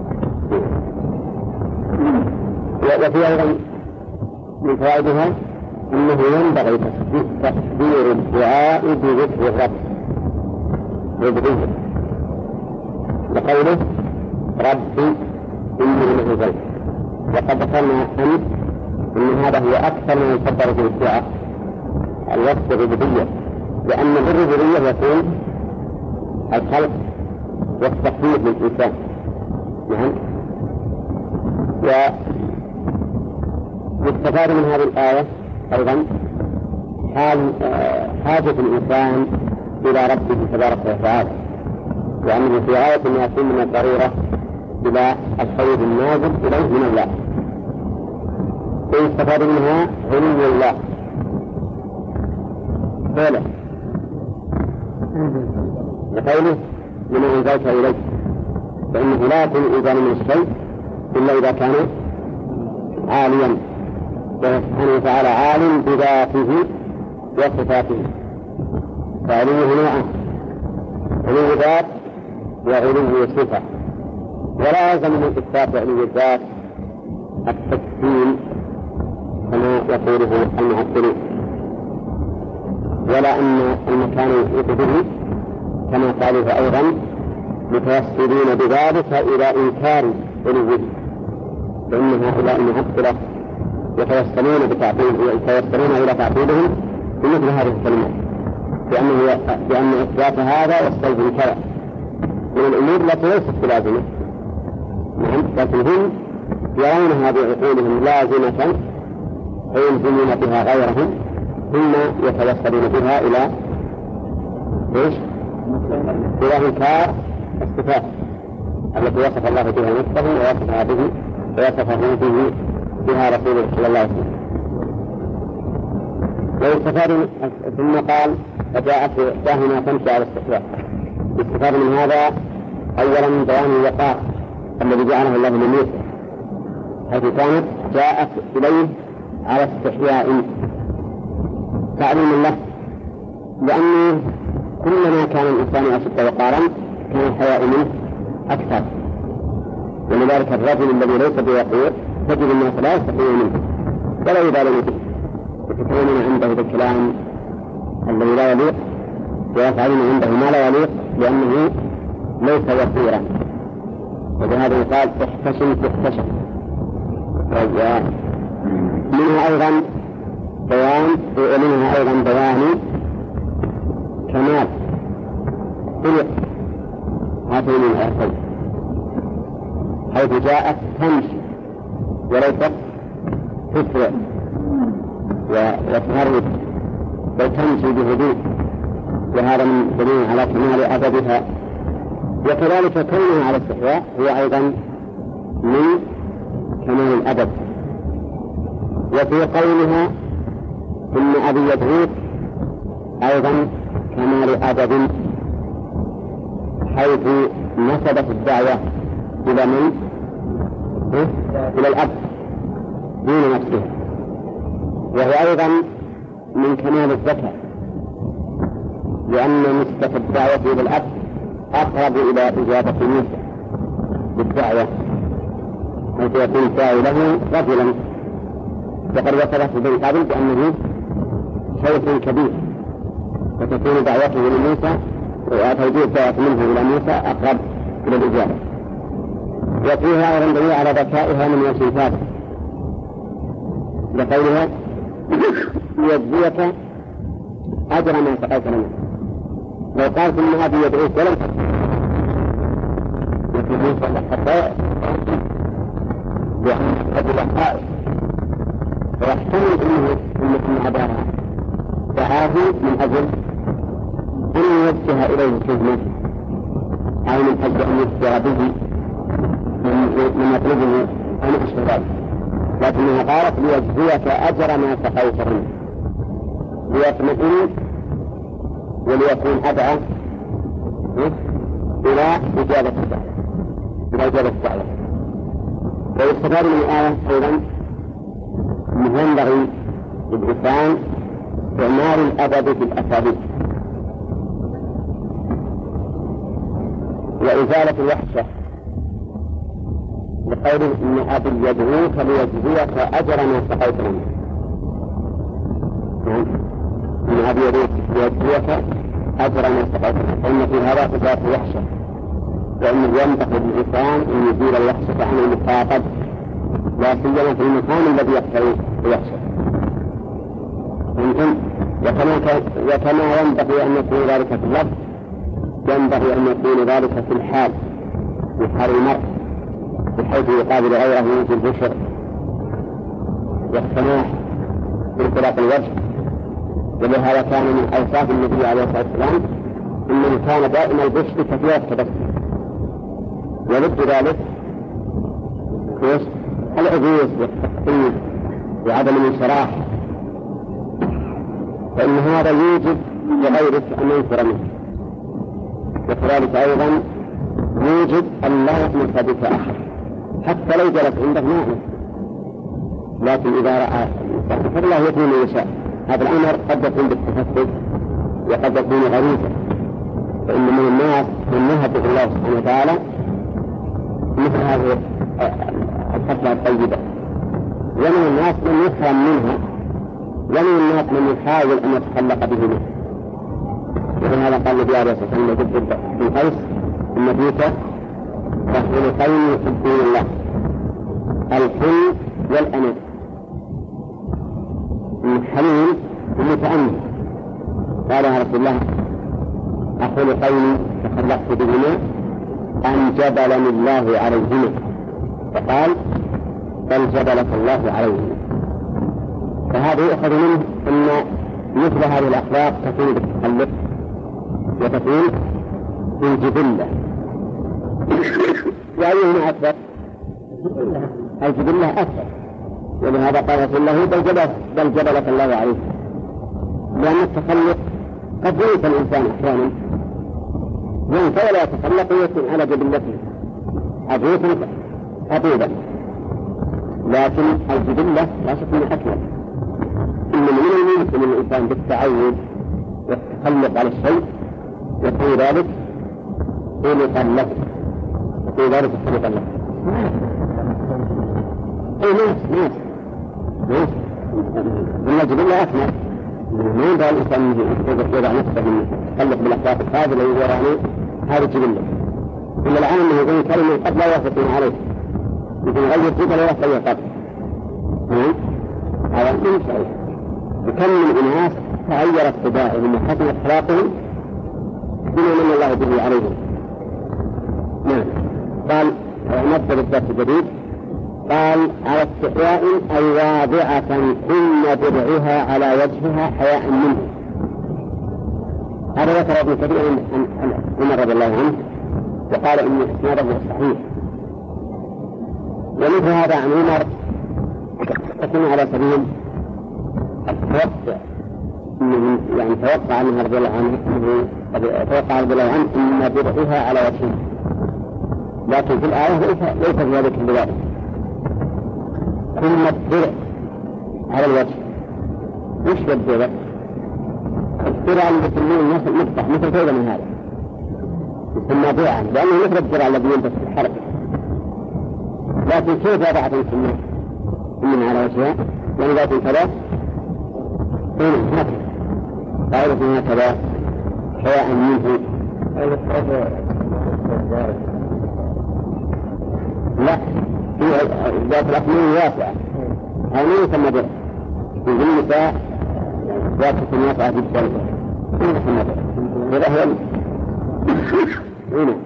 وفي أيضا من فوائدها أنه ينبغي تكبير الدعاء بذكر الرب وبذكر لقوله ربي إني لما أنزلت. وقد ذكرنا أمس أن هذا هو أكثر ما يفضل في الدعاء الوصف بالربوبية، لأن بالربوبية يكون الخلق والتقدير للإنسان. نعم. ويستفاد من هذه الآية أيضا حال حاجة الإنسان إلى ربه تبارك وتعالى، وأنه في غاية ما يكون من الضرورة إلى الخير النازل إليه من الله. ويستفاد منها علو الله قوله لقوله لمن أنزلت إليه، فإنه لا يكون إنزال من الشيء إلا إذا كان عاليا، سبحانه وتعالى عالم بذاته وصفاته. فعلوه نوعا علو ذات وعلو صفة، ولا يلزم من إثبات علو الذات التكفيل كما يقوله المعطلون، ولا أن المكان يحيط به كما قالوه أيضا متوسلين بذلك إلى إنكار علوه، فإن هؤلاء المعطلة يتوسلون بتعطيل يتوسلون إلى تعطيلهم بمثل هذه الكلمات، لأنه لأن إثبات هذا يستلزم كذا من الأمور التي ليست بلازمة. نعم. لكن هم يرون هذه عقولهم لازمة ويلزمون بها غيرهم، ثم يتوسلون بها إلى إيش؟ إلى إنكار الصفات التي وصف الله بها نفسه ووصفها به ووصفه به بها رسوله صلى الله عليه وسلم. ويستفاد ثم قال فجاءت داهنا تمشي على الاستحياء. يستفاد من هذا أولا بيان الوقار الذي جعله الله لموسى، حيث كانت جاءت إليه على استحياء تعليم له، لأنه كلما كان الإنسان أشد وقارا كان الحياء منه أكثر، ولذلك الرجل الذي ليس بوقور تجد الناس لا يستحيون منه ولا يبالون به، يتكلمون عنده بالكلام الذي لا يليق ويفعلون عنده ما لا يليق لأنه ليس وقيرا. وبهذا يقال احتشم تحتشم. منها أيضا بيان ومنها أيضا بيان كمال خلق هاتين الآيتين، حيث جاءت تمشي وليست تسرع وتهرب، بل تمشي بهدوء وهذا من دليل على كمال أدبها. وكذلك كونها على استحياء هو أيضا من كمال الأدب. وفي قولها إن أبي يدعوك أيضا كمال أدب، حيث نسبت الدعوة إلى من؟ إلى الأب دون نفسه. وهو أيضا من كمال الذكاء، لأن نسبة الدعوة إلى الأب أقرب إلى إجابة موسى بالدعوة، حيث يكون الداعي له رجلا. وقد وصفته بن قابل بأنه شيخ كبير، فتكون دعوته لموسى وتوجيه الدعوة منه إلى موسى أقرب إلى الإجابة. وفيها أيضا دليل على ذكائها من وصفاته لقولها ليجزيك أجر ما سقيت لنا. لو قالت إن أبي يدعوك ولم لكن موسى لقد وأن الحائط ويحتمل أنه أنكم أباها دعاه من أجل أن يوجه إليه خدمة أو من أجل أن يخبر به من يطلبه أن أشهر ذلك، لكنها قالت ليجزيك أجر ما سقيتهن ليطمئن وليكون أدعى إلى إجابة الدعوة إلى إجابة الدعوة. ويستفاد من الآية أيضا أنه ينبغي للإنسان إعمال الأدب في الأساليب وإزالة الوحشة، لقوله إن أبي يدعوك ليجزيك أجر ما سقيت منه. إن أبي يدعوك ليجزيك أجر ما سقيت منه، فإن في هذا إزالة الوحشة، وأنه ينبغي للإنسان أن يزيل الوحشة عن المخاطب، لا سيما في المكان الذي يقتضي الوحشة. يمكن وكما وكما ينبغي أن يكون ذلك في اللفظ ينبغي أن يكون ذلك في الحال، في حال المرء، بحيث يقابل غيره في البشر والسماح بانطلاق الوجه. ولهذا كان من أوصاف النبي عليه الصلاة والسلام إنه كان دائم البشر كثير التبسم، وضد ذلك العبوس والتقطيع وعدم الانشراح، فإن هذا يوجب لغيرك أن ينفر منه. وكذلك أيضا يوجب أن لا يطمح بك أحد حتى لو جلس عندك معه، لكن إذا رأى الإنسان فالله يكون يشاء. هذا الأمر قد يكون بالتفسد وقد يكون غريبا، فإن من الناس من نهبه الله سبحانه وتعالى مثل هذه الخصلة الطيبة، ومن الناس من يفهم منها، ومن الناس من يحاول أن يتخلق به منه. ولهذا قال النبي عليه الصلاة والسلام لجد بن قيس إن فيك خلقين يحبون الله، الحلم والأنف. الحليم المتأمل، قال يا رسول الله أخلقين تخلقت بهما أن جبلني الله عليهما، فقال بل جبلك الله عليهما. فهذا يؤخذ منه أن مثل هذه الأخلاق تكون بالتخلق وتكون بالجبلة. وأيهما أكثر؟ الجبلة أكثر، ولهذا قال رسول الله بل جبلك, بل جبلك الله عليه، لأن التخلق قد ينسى الإنسان أحيانا، ينسى ولا يتخلق ويكون على جبلته عبوسا خطيبا، لكن الجبلة لا شك أنها أكثر. إن من الممكن الإنسان بالتعود والتخلق على الشيء يكون ذلك خلقا له، يكون ذلك خلقا له. أي ناس ناس ناس من الجبلة أكثر، ما ينبغي الإنسان يضع نفسه من التخلق بالأخلاق الفاضلة الذي يراني هذه الجبلة، إلا العالم أنه يقول كلمة قد لا يوافقون عليه، يمكن غير الجبلة لا يوافق قبل. هذا من صحيح. وكم من أناس تغيرت طباعهم وحسنت أخلاقهم بما من الله به عليهم. نعم. قال نبدأ بالدرس الجديد. قال على استحياء أي واضعة كن درعها على وجهها حياء منه. هذا ذكر ابن كثير عن عمر رضي الله عنه وقال إن إسناده صحيح. ومثل هذا عن عمر يكون على سبيل التوقع، يعني توقع عنه رضي الله عنه توقع رضي الله عنه إن بدعها على وجهه، لكن في الآية ليس في ذلك البدع، ثم الدرع على الوجه. وش الدرع؟ الدرع اللي يسمونه مفتح مثل كذا من هذا يسمى درعا، لأنه مثل الدرع الذي يلبس في الحرب، لكن كيف وضعت السنة من على وجهها؟ يعني ذات كذا هنا هكذا قائلة هكذا حياء منه. لا، في ذات الأكمام واسعة، هذا ما يسمى درع. في النساء ذات واسعة جدا ما يسمى درع. هذا هو هنا.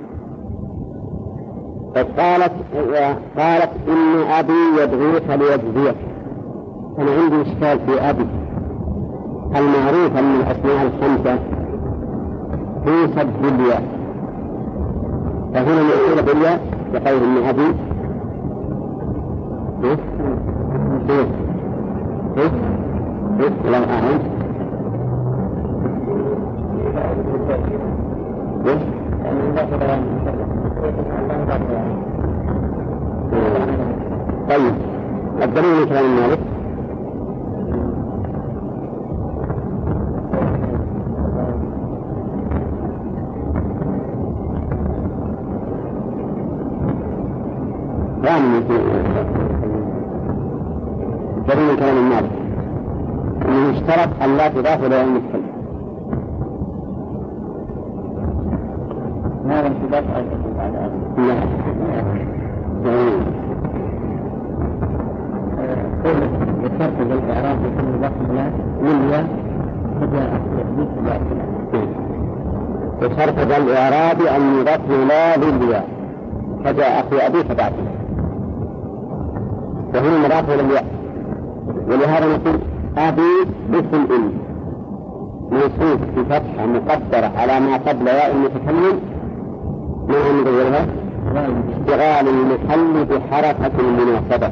فقالت قالت إن أبي يدعوك ليجزيك. أنا عندي إشكال في أبي. المعروف من الأسماء الخمسة في صد الياء، فهنا نقول بالياء بقول إن أبي إيه إيه إيه إيه لا أعلم إيه طيب الدليل من كلام مالك يعني الدليل من كلام مالك انه اشترط ان لا تضاف الى علم الكلام. ما لم تضاف لا ذكرت بالإعراب بكل لفظ لا للياء فجاء وشرط بالإعراب أن يضاف لا للياء فجاء أخي أبي فبعث، وهنا مضاف للياء. ولهذا نقول أبي باسم إن منصوب بفتحة مقدرة على ما قبل ياء المتكلم ما من غيرها اشتغال المحل بحركة المناسبة.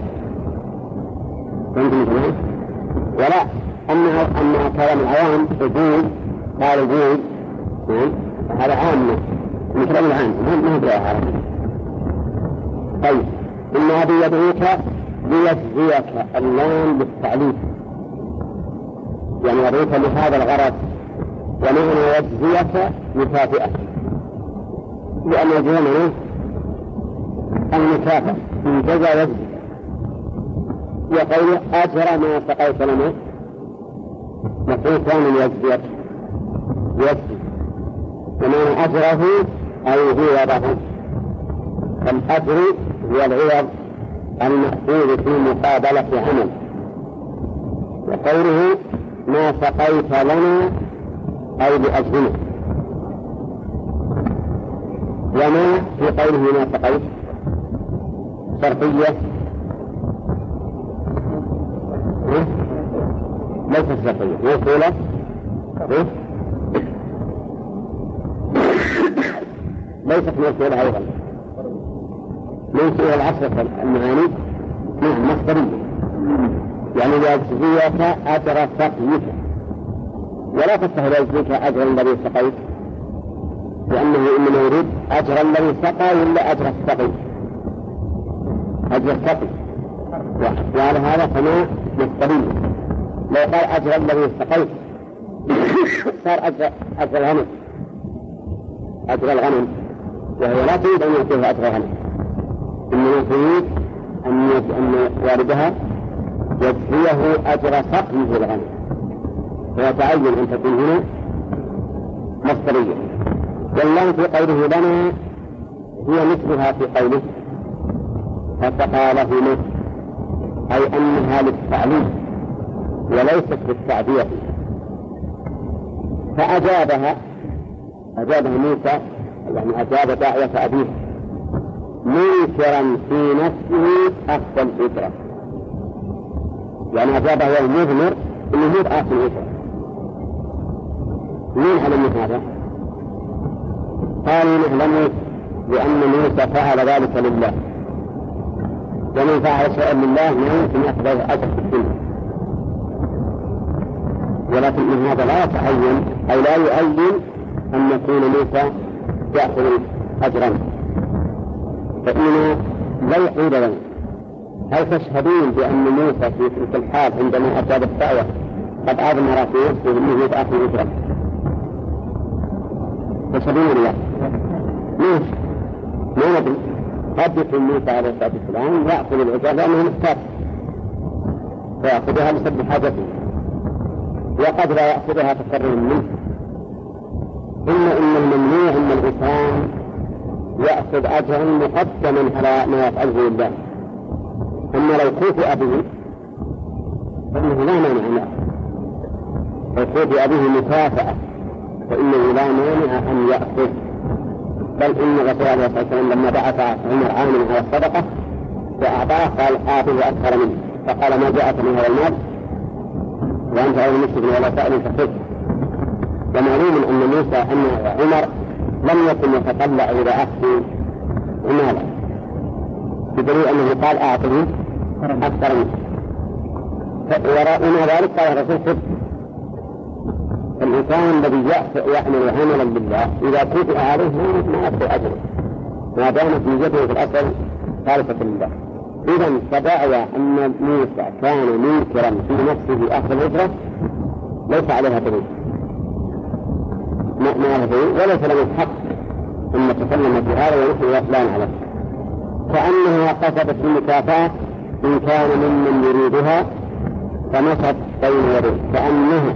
ولا أما أما كلام العوام يقول قال يقول هذا عام من كلام العام ما هو بالعام. طيب إن أبي يدعوك ليجزيك اللام بالتعليم، يعني يدعوك لهذا الغرض، ومعنى يجزيك مكافئة، لأن يجزينا المكافأة من جزا يجزي. يقول أجر ما سقيت لنا مفعول ثاني يجزيك يجزي، ومعنى أجره أي عوضه. الأجر هو العوض المأخوذ في مقابلة عمل. وقوله ما سقيت لنا أي لأجلنا. وما في قوله ما سقيت شرطية ليست شرطية موصولة ليست موصولة أيضا موصولة العشرة المعاني نعم مصدرية، يعني ليجزيك أجر سقيك، ولا تستهل يجزيك أجر الذي سقيت، لأنه إنما يريد أجر الذي سقى ولا أجر السقي، أجر السقي. وعلى هذا فما مصدرية. لو قال أجر الذي سقيت صار أجر أجر الغنم أجر الغنم، وهي لا تريد أن يعطيها أجر الغنم، إنما تريد أن والدها يجزيه أجر سقيه الغنم، فيتعين أن تكون هنا مصدرية. والله في قوله لنا هي مثلها في قوله فسقى لهما، أي أنها للتعليم وليست للتعبير. فأجابها أجابها موسى، يعني أجاب داعية أبيه منكرا في نفسه أخذ الإجرة، يعني أجابه هو المذمر إنه هو آخر الإجرة، من علم هذا؟ قالوا نعلم بأن موسى فعل ذلك لله، ومن فعل شيئا لله ما يمكن يأخذ أجر في الدنيا، ولكن من هذا لا يتعين أو لا يؤين أن يكون موسى يأخذ أجرا، فإننا لا يحيد لنا. هل تشهدون بأن موسى في تلك الحال عندما أجاب الدعوة قد أضمر في نفسه أنه يتأخذ أجرا؟ تشهدون ولا؟ ليش؟ ما ندري. قد يكون موسى عليه الصلاة والسلام يأخذ الأجر لأنه محتاج فيأخذها لسد حاجته، وقد لا يأخذها تكرر منه. إلا إن الممنوع أن الإنسان يأخذ أجرا مقدما على ما يفعله لله. أما لو كوفئ به فإنه لا مانع أن يأخذ، لو كوفئ به مكافأة فإنه لا مانع أن يأخذ. بل إن الرسول عليه الصلاة والسلام لما بعث عمر عامل على الصدقة فأعطاه قال آخذ أكثر منه، فقال ما جاءك من هذا المال وأنت أول مسلم ولا سائل فخذ. ومعلوم أن موسى أن عمر لم يكن يتطلع إلى أخذ مالا، بدليل أنه قال أعطني أكثر منه. ورأينا ذلك قال الرسول خذ. الإنسان الذي يعمل عملا لله إذا كتب عليه ما يأخذ أجره ما دامت نيته في الأصل خالصة لله. إذا فدعوى أن موسى كان منكرا في نفسه أخذ الأجرة ليس عليها دليل، ما لها دليل، وليس له الحق أن نتكلم في هذا ونحن لا نعلم. كأنها قصدت المكافأة إن كان ممن يريدها فمشت بين يديه، كأنها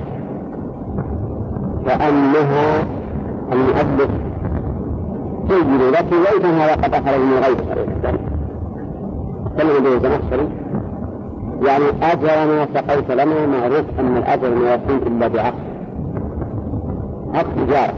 كأنها المؤلف سيد لك وإن كان هذا قد أخذ من غير صحيح كلمة به زمخشري يعني أجر ما سقيت لنا. معروف أن الأجر ما يكون إلا بعقد، عقد إجارة.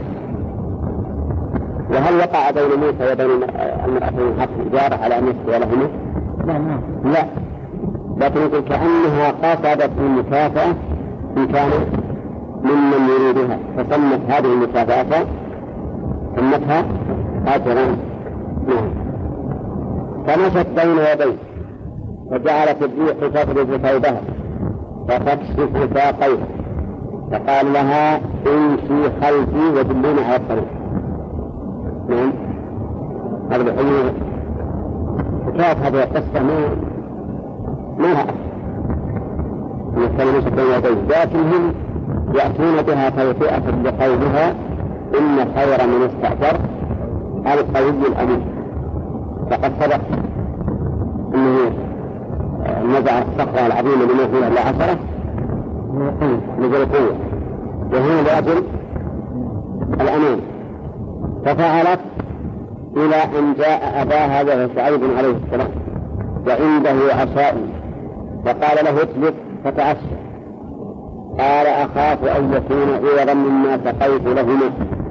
وهل وقع بين موسى وبين المرأتين عقد إجارة على أن يسقي لهما؟ لا لا، لكن يقول كأنها قصدت المكافأة إن كان ممن يريدها فسمت هذه المكافأة سمتها أجرا. نعم. فمشت بين يديه فجعلت الريح تفرز ثوبها فتكشف ساقيها فقال لها امشي خلفي ودلوني على الطريق. نعم. هذا الحين حكاية هذه القصة ما ما لها أصل مشت بين يديه، لكنهم يأتون بها توفئة لقولها إن خير من استأجر القوي الأمين. فقد سبق أنه نزع الصخرة العظيمة لما فيها إلا عشرة نزل قوة، وهنا لأجل الأمان. ففعلت إلى أن جاء أباها وهو شعيب عليه السلام وعنده عصا فقال له اطلق فتعشى. قال أخاف أن يكون عوضا مما سقيت لهما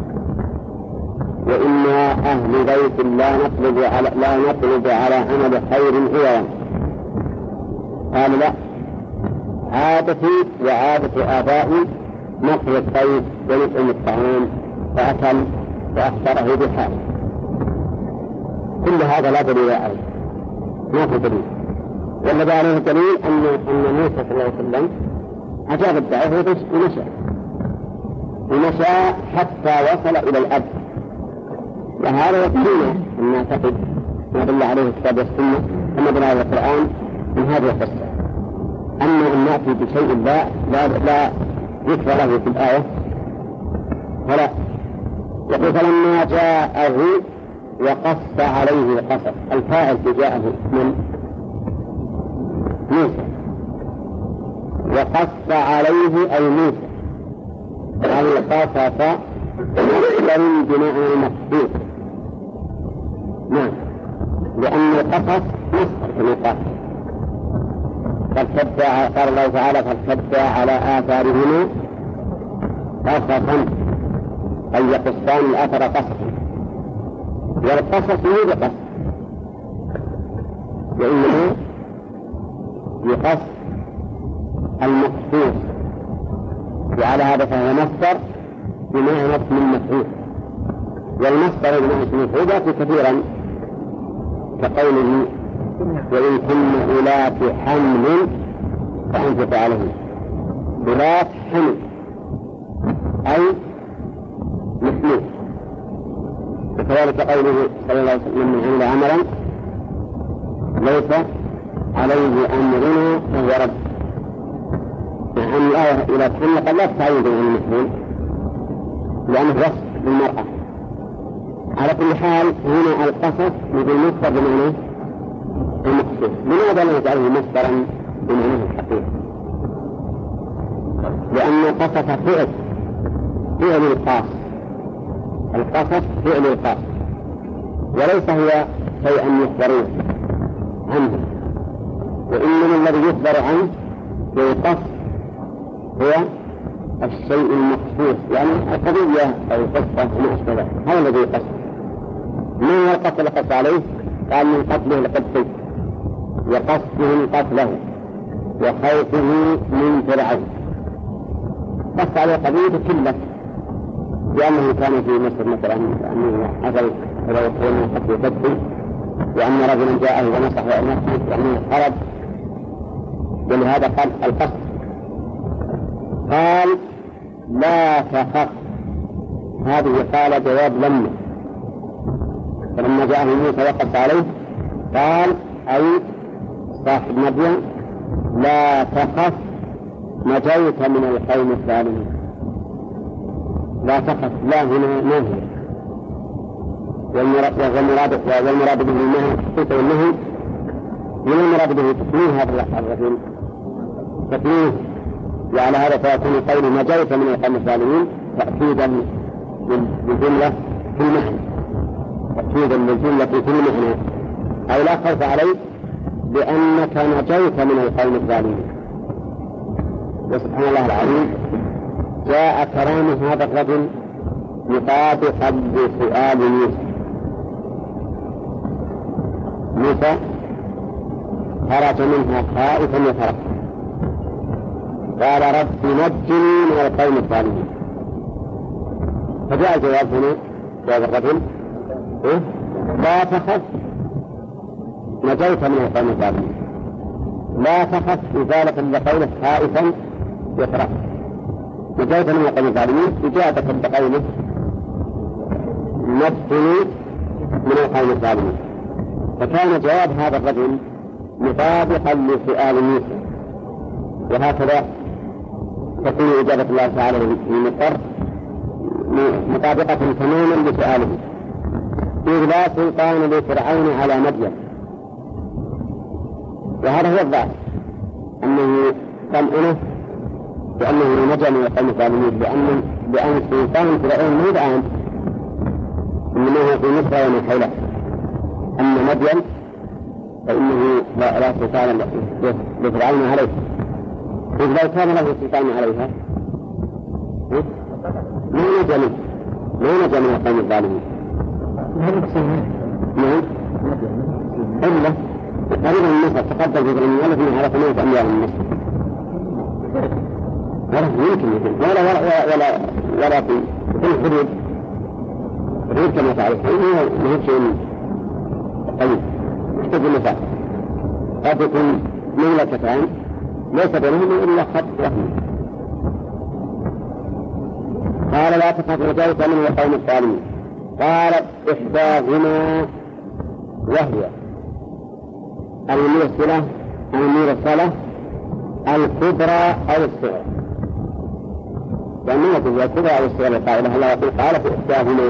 وإنا أهل بيت لا نطلب على, لا نطلب على عمل خير عوضا. قال لا، عادتي وعادة آبائي نقل الطيب ونطعم الطعام فأكل وأخبره بحاله. كل هذا لا دليل عليه، ما في دليل. والذي عليه دليل أن أن موسى صلى الله عليه وسلم أجاب الدعوة ومشى ومشى حتى وصل إلى الأب. وهذا يقينا أن نعتقد ما دل عليه الكتاب والسنة وما دل على القرآن من هذه القصة. أما أن نأتي بشيء لا لا لا ذكر له في الآية فلا. يقول فلما جاءه وقص عليه القصص، الفاعل جاءه من موسى وقص عليه أي موسى أي القصص مصدر بمعنى المقصود. نعم، لأن القصص مصدر كما قال فارتد قال الله تعالى فارتد على آثارهما قصصا أي يقصان الأثر قصصا، والقصص هو قصص وإنما يقص المقصود، وعلى هذا فهو مصدر بمعنى اسم المفعول، والمصدر بمعنى اسم المفعول يأتي كثيرا كقوله وإن كن أولات حمل فأنفق عليه. أولات حمل أي محمول. وكذلك قوله صلى الله عليه وسلم من عمل عملا ليس عليه أمرنا فهو رد. مع أن الآية إلى كل قد لا تتعين عن المحمول لأنه وصف للمرأة. على كل حال هنا القصص مثل مصدر بمعنى المقصود. لماذا لا نجعله مصدرا بمعنى الحقيقي؟ لأن قصص فعل فعل القاص، القصص فعل القاص وليس هو شيئا يخبرون عنه، وإنما الذي يخبر عنه يقص هو الشيء المقصود، يعني القضية أو القصة وما أشبه ذلك، هذا الذي يقص. ما هو القتل قص عليه؟ قال من قتله لقتله، وقصده قتله، وخوفه من فرعون. قص عليه قضية كله لأنه كان في مصر مثلا أنه حصل تلوث من قتل قتله، وأن رجلا جاءه ونصح نفسه وأنه خرج، ولهذا قال القصد. قال لا تخف، هذه قال جواب لما، فلما جاءه موسى وقف عليه قال أي صاحب مدين لا تخف نجوت من القوم الظالمين. لا تخف، لا هنا ما هي، والمراد والمراد به النهي حقيقة النهي، من المراد به تكميه هذا الرجل تكميه، وعلى هذا فيكون قول نجوت من القوم الظالمين تأكيدا للجملة في المعنى، تأكيدا للجملة في المعنى، أي لا خوف عليك لأنك نجوت من القوم الظالمين. وسبحان الله العظيم جاء كلام هذا الرجل مطابقا لسؤال موسى. موسى خرج منها خائفا يترقب، قال رب نجني من القوم الظالمين. فجاء الجواب هنا جواب الرجل إيه؟ لا تخف نجوت من القوم الظالمين. لا تخف إزالة لقوله خائفا يترقب، نجوت من القوم الظالمين إجابة بقوله نجني من القوم الظالمين. فكان جواب هذا الرجل مطابقا لسؤال موسى، وهكذا تكون إجابة الله تعالى للمضطر مطابقة تماما لسؤاله. إذ لا سلطان لفرعون على مدين، وهذا هو الظاهر أنه طمأنه بأنه نجا من القوم الظالمين، لأن لأن سلطان فرعون مو الآن، إنما هو في مصر ومن حوله. أما مدين فإنه لا, لا سلطان لفرعون عليه، إذ لو كان له سلطان عليها ما نجا منه، ما نجا من القوم الظالمين. نعم إلا قريبا من مصر تقدم في فرعون الذين على ثمانية أميال من مصر، ولا يمكن يكون ولا ولا ولا ولا في الحدود الحدود كما تعرف هو مهم شيء قليل يحتاج المسافة. قد يكون مملكتان ليس بينهما إلا خط وهم. قال لا تخف نجوت من القوم الظالمين. قالت إحداهما وهي المرسلة المرسلة الكبرى أو الصغرى، لأنها تقول الكبرى أو الصغرى قائلة الله يقول قالت إحداهما.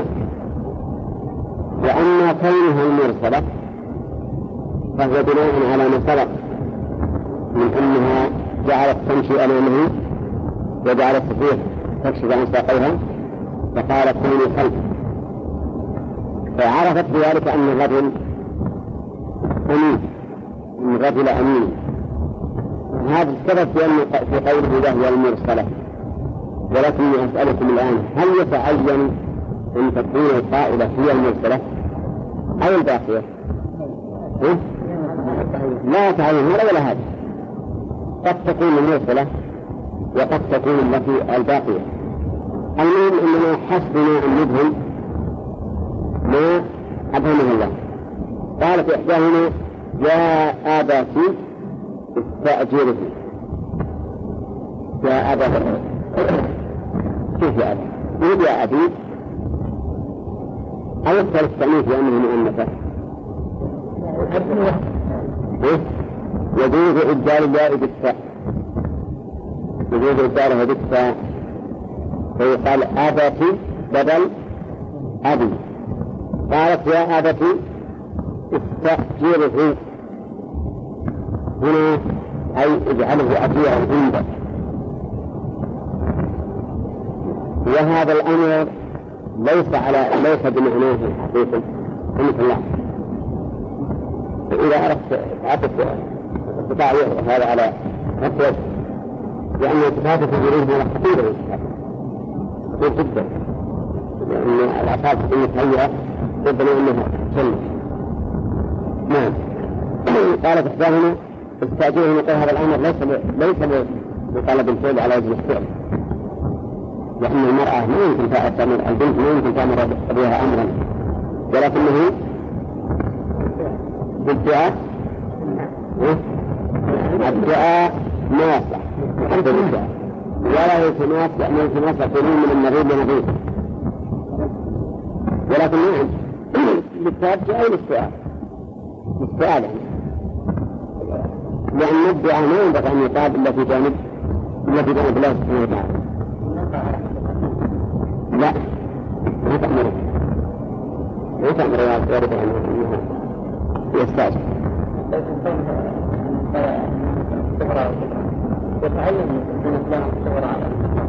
وأما كونها المرسلة فهو بناء على ما سبق من أنها جعلت تمشي أمامه وجعلت تطيح تكشف عن ساقيها فقالت كوني خلف، فعرفت بذلك أن الرجل أمين، أن الرجل أمين. هذا السبب في قوله وهي المرسلة. ولكني أسألكم الآن هل يتعين أن تكون القائلة هي المرسلة أو الباقية؟ إيه؟ لا يتعين هذا ولا هذا، قد تكون المرسلة وقد تكون التي الباقية. المهم أننا حسبنا أن نبهم ما أبهمه الله. قالت إحداهما يا أبتي استأجره. يا أبا كيف يا أبا؟ قل يا أبي أو يختار التأنيث لأنه مؤنثة. يجوز إبدال الياء بالتاء، يجوز إبدالها بالتاء فيقال أبتي بدل أبي. قالت يا أبتي استأجره هنا أي اجعله أجيرا عندك. وهذا الأمر ليس على ليس بمعناه الحقيقي مثل الله. فإذا أردت تعرف استطاع هذا على نفسه لأن صفات التجريد هي خطيرة خطير جدا، لأن الأصابع المتهيئة ربما أنها سنة. نعم. قالت إحداهما استأجره. نقول هذا الأمر ليس ليس بطلب الفعل على وجه الفعل، لأن المرأة ما يمكن تأمر البنت ما يمكن تأمر بها أمرا، ولكنه بالدعاء الدعاء ما يصلح الحمد لله، ولا يتناس لأنه يتناس قليل من النبي لنبيه، ولكن نعم بالتوجه أو للسؤال للسؤال يعني. لأن الدعاء ما ينبغي أن يطاب إلا في جانب إلا في جانب الله سبحانه وتعالى. لا ما تأمره ما تأمره يا رب أنه يستعجل. يتعلم من الإسلام الصغر على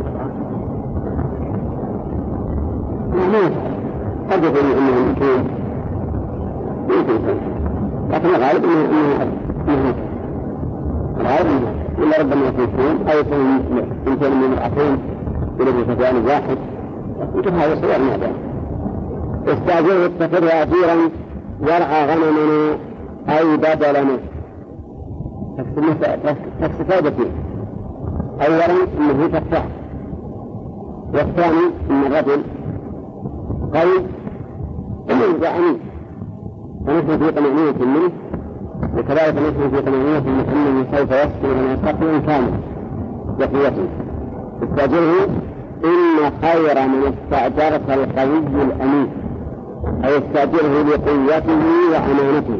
ما قد يكون أنه يمكن يمكن لكن الغالب أنه أنه الغالب أنه إلا ربما يكون أو يكون يمكن من الأخين يلبس فتيان واحد يمكن هذا صور ماذا استأجره اتخذه أجيرا يرعى غنمنا أي بدلنا. تكس فائدتين: أولا أنه تفتح، والثاني أن الرجل قيد وأمين فنحن في طمأنينة منه، وكذلك نحن في طمأنينة من أنه سوف يسكن لنا سكنا كاملا بقيته. استأجره إن خير من استأجرت القوي الأمين، أي استأجره بقوته وأمانته،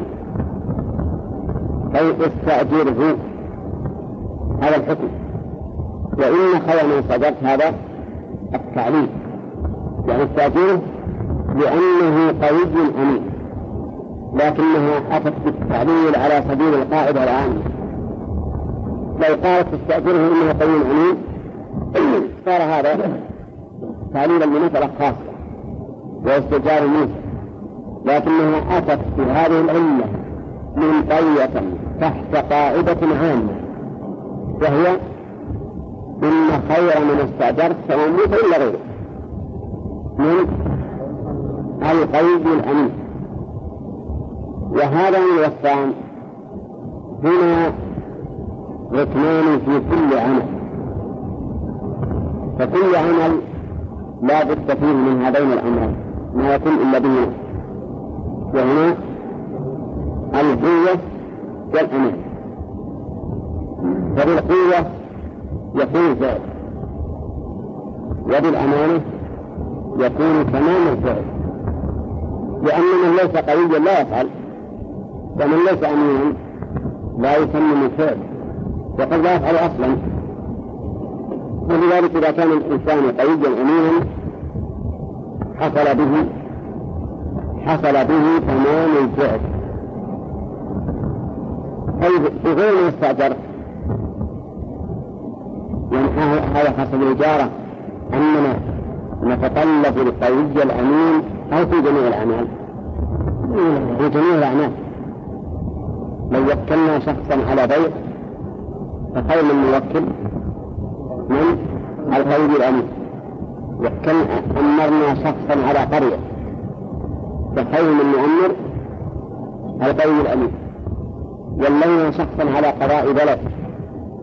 أي استأجره هذا الحكم. وإن خير من استأجرت هذا التعليل، يعني استأجره لأنه قوي أمين، لكنها أتت بالتعليل على سبيل القاعدة العامة. لو قالت استأجره إنه قوي أمين صار هذا تعليلا لمسألة خاصة واستئجار موسى، لكنها أتت بهذه العلة من قرية تحت قاعدة عامة، وهي إن خير من استأجرت سواء موسى إلا غيره من القوي الأمين. وهذا الوصفان هنا ركنان في كل عمل، فكل عمل لا بد فيه من هذين الأمرين ما يكون إلا به، وهنا القوة والأمان. فبالقوة يكون فعل، وبالأمانة يكون تمام الفعل، لأن من ليس قويا لا يفعل، ومن ليس أمينا لا يسمى الفعل وقد لا يفعل أصلا. ولذلك إذا كان الإنسان قويا أمينا حصل به حصل به تمام الفعل. طيب بغير ما استأجر، يعني هذا حسب الإجارة أننا نتطلب القوي الأمين أو في جميع الأعمال؟ في جميع الأعمال. لو وكلنا شخصا على بيع فخير من نوكل من القوي الأمين، وكل أمرنا شخصا على قرية فخير من نؤمر القوي الأمين، ولينا شخصا على قضاء بلد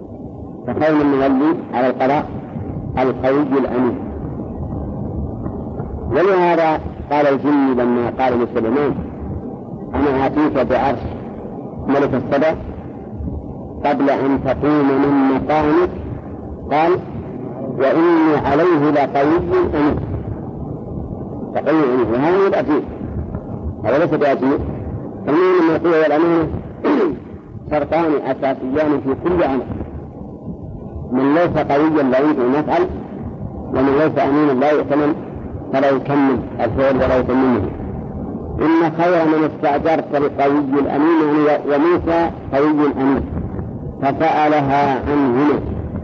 فخير من نولي على القضاء القوي الأمين. ولهذا قال الجن لما قال لسليمان أنا آتيك بعرش ملك السبع قبل أن تقوم من مقامك قال وإني عليه لقوي أمين. تقوي أمين وهذا هو الأجيب، هذا ليس بأجيب. المهم القوة والأمانة شرطان أساسيان في كل عمل. من ليس قويا لا يمكن أن يفعل، ومن ليس أمينا لا يؤتمن فلا يكمل الفعل ولا يتمنه. إن خير من استأجرت القوي الأمين وموسى قوي أمين فسألها عنهما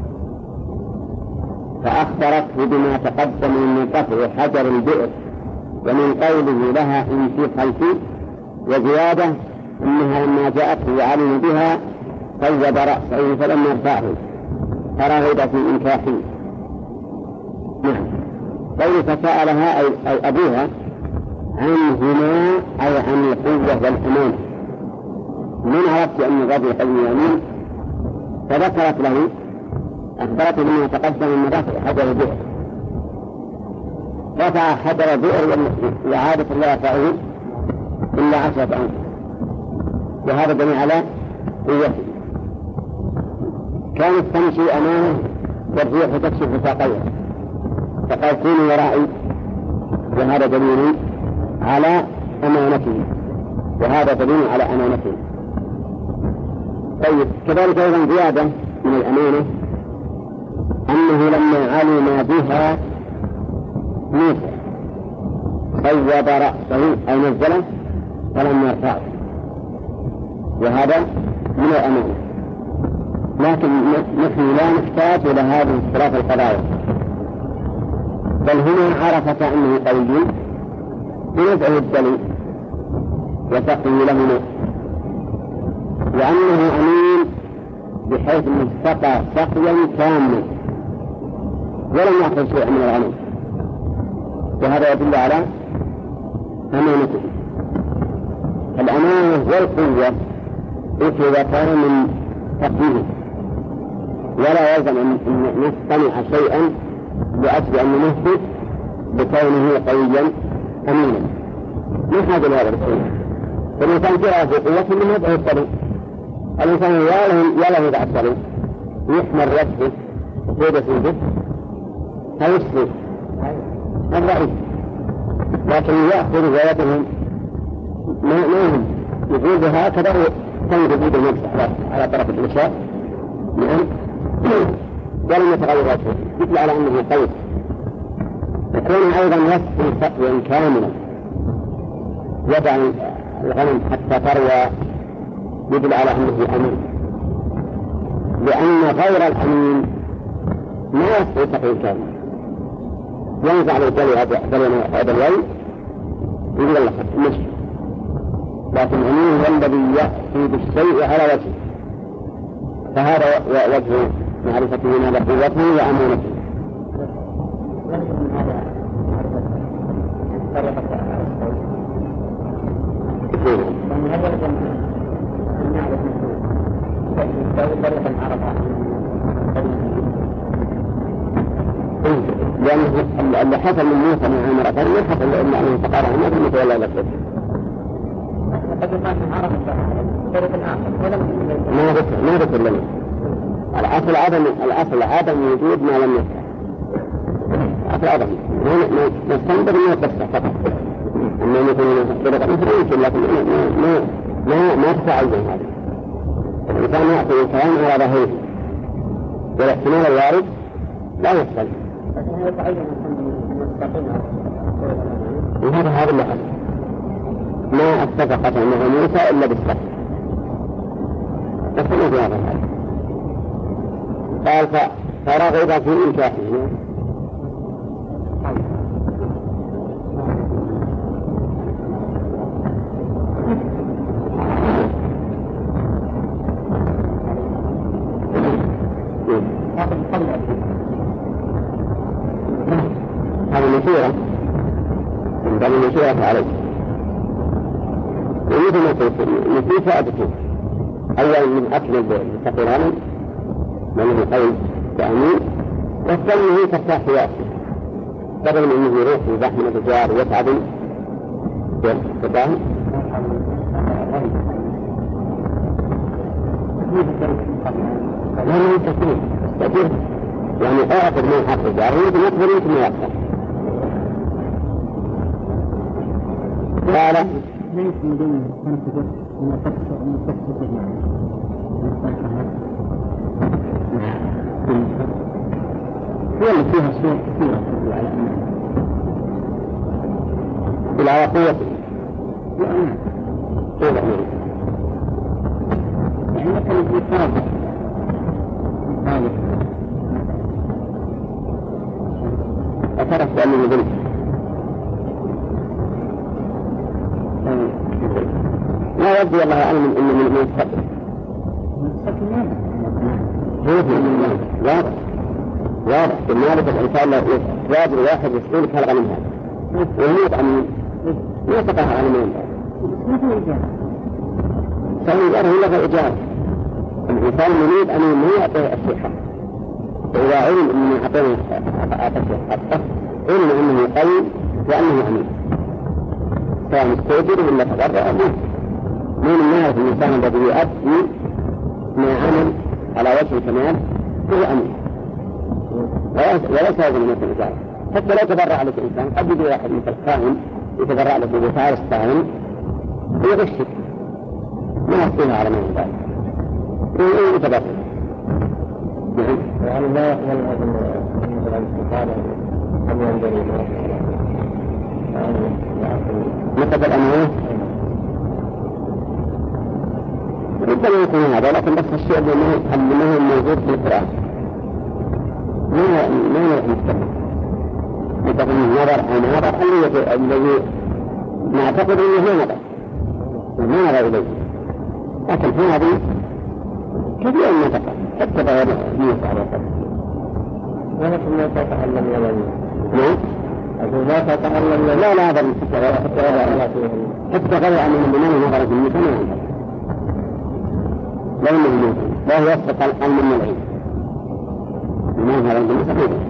فأخبرته بما تقدم من قطع حجر البئر ومن قوله لها إن في خلفي، وزيادة أنها لما جاءته وعلم بها قيد رأسه فلم يرفعه فرغب في إنكاحه. نعم. قول فسألها أي, أي أبوها عنهما أي عن القوة والأمان. من عرفت أن الرجل قوي أمين فذكرت له أخبرته بما تقدم من رفع حجر البئر. رفع حجر البئر وعادة الله يرفعه إلا عشرة أمر، وهذا دليل على قوته. كانت تمشي أمامه والريح تكشف ساقيها فقال كوني ورائي، وهذا دليل على أمانته، وهذا دليل على أمانته. طيب كذلك أيضا زيادة من الأمانة أنه لما علم بها موسى صوب رأسه أو نزله فلم يرفعه، وهذا من الأمانة. لكن نحن لا نحتاج إلى هذه الثلاث القضايا، بل هنا عرفت أنه قوي بنزعه الدليل وتقوي لهما، وأنه أمين بحيث أنه سقى سقيا كاملا ولم يأخذ شيئا من الغنم، وهذا يدل على أمانته. الأمانة والقوة إخوتان من تقويه، ولا يلزم أن نصطنع شيئا لأجل أن نثبت بكونه قويا أمينا. ما حاجة لهذا الشيء. فالإنسان جرى في قوته من يدعو الصليب. الإنسان يلا يدعى الصليب يحمر وجهه وقوده في الجد فيسلم الرئيس، لكن يأخذ روايتهم ما هم يقول هكذا تنجد يد المسح على طرف الإشاء نعم ولم يتغير وجهه مثل على أنه قوي. يكون أيضا يسقي سقيا كاملا يدع الغنم حتى تروى يدل على أنه أمين، لأن غير الأمين ما يسقي سقيا كاملا ينزع الجلي هذا الوي يقول الله مشي، لكن الأمين هو الذي يأتي بالشيء على وجهه، فهذا وجه معرفته من قوته وأمانته. لأن اللي حصل من موسى مع امرأة ما حصل إلا أنه فقرها ما ثم تولى لك ما ذكر ما ذكر لنا الأصل عدم الأصل عدم وجود ما لم يذكر. الأصل عدم نستنبط من القصة فقط، أما يكون صدقة مثل يمكن، لكن ما ما ما تفعل به هذا. الإنسان يأخذ الكلام على ظاهره والاحتمال الوارد لا يحصل. وهذا هذا اللي حصل ما اتفقت مع موسى إلا بالصبر، بس ما في هذا الحال. قال فرغب في إنكاحه هذه المشيرة من باب المشيرة عليه. ومثل ما قلت نسي فائدته أولا من أكل التقران من القول كأمين، والثاني هي ترتاح في وقته بدل من أنه يروح في زحمة الرجال ويتعب تفاهم؟ لا ما يستطيع يستطيع يعني أعطد من حق الرجال ويمكن يقبل يمكن ما يقبل. لا لا ليس من دون تنفذ وما تكسر وما تكسر هي اللي فيها صور كثيرة على أمانة بالعواقية وأمان كيف أمان يعني مثلا في طابع طابع أترك بأنه ذنب لا يبدو والله أعلم أن من من الصبر واضح واضح بالمالك الإنسان واجب واحد يسألك هل غنم هذا ويموت عن ما تقع على من سوي الإجارة هي لغة الإجارة. الإنسان يريد أن يعطيه الصحة فإذا علم أنه أعطيه حقه علم أنه قوي وأنه أمين سواء استأجر ولا تبرع من الناس الإنسان الذي يؤدي ما عمل على وجه الكمال هو أمين وليس هذا من الإجارة. حتى لو تبرع لك إنسان قد يجي واحد مثل القائم يتبرع لك بفعل الصائم ويغشك ما يحصيها على ما يبالي ويتبرع. نعم. يعني لا يقبل مثلا الاستقالة أم ينجري مثل الأموات ربما يكون هذا لكن بس الشيء اللي موجود في القرآن ما ما يمكن مثل النظر أو نظر الذي نعتقد أنه ما نظر ما نظر إليه لكن في هذه كثير من تقع حتى غير موسى عليه السلام ولكن لا تتعلم يومين نعم أقول لا تتعلم لا لا هذا حتى غير أن من نظر في الموسى ما ينظر لا يمكن لا يسبق العلم من العلم ما هذا الموسى ما ينظر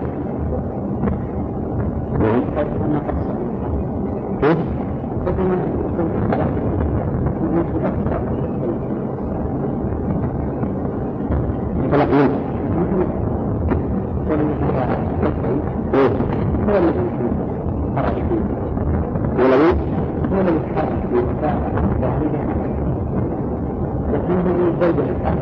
كيف؟ طلق منه ايه هو الذي خرج فيه هو الذي هو الذي خرج فيه لكن هذه الزوجة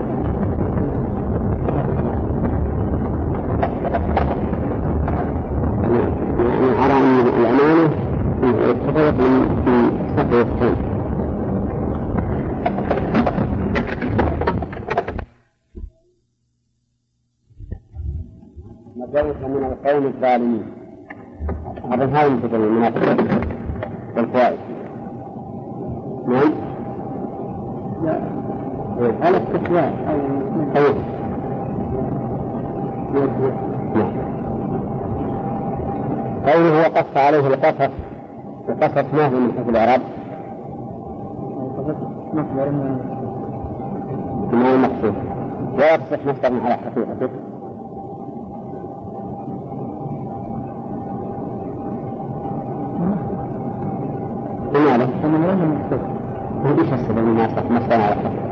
يعني أرى أن الأمانة ارتبطت من سقي الثاني. مجالس من القوم الظالمين هذا هاي مثل المنافقة والفوائد. نعم لا على استقلال أو أيوه قوله وقص عليه القصص القصص ما هو من حيث الإعراب ما هو المقصود لا يصح مصدر على حقيقته لماذا؟ فمن وين المقصود؟ هو إيش السبب ما يصح مصدر على حقيقته؟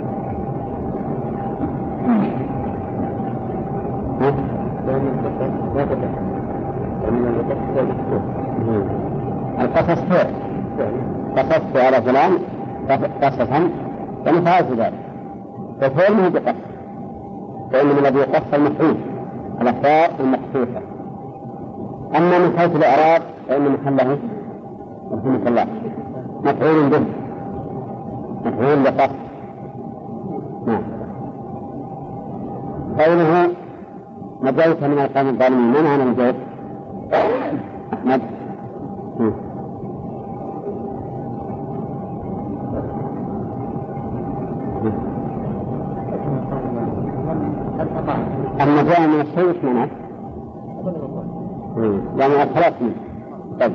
القصص فعل قصصت على فلان قصصا يعني فعلت ذلك ففعل ما هو بقص فإن من الذي يقص المفعول الأخطاء المقصوصة. أما من حيث الإعراب فإن محله رحمة الله مفعول به مفعول بقص. نعم قوله نجوت من القوم الظالمين ما معنى نجوت؟ أحمد النجاة من الشيء ايش معناه؟ يعني الخلاص منه. طيب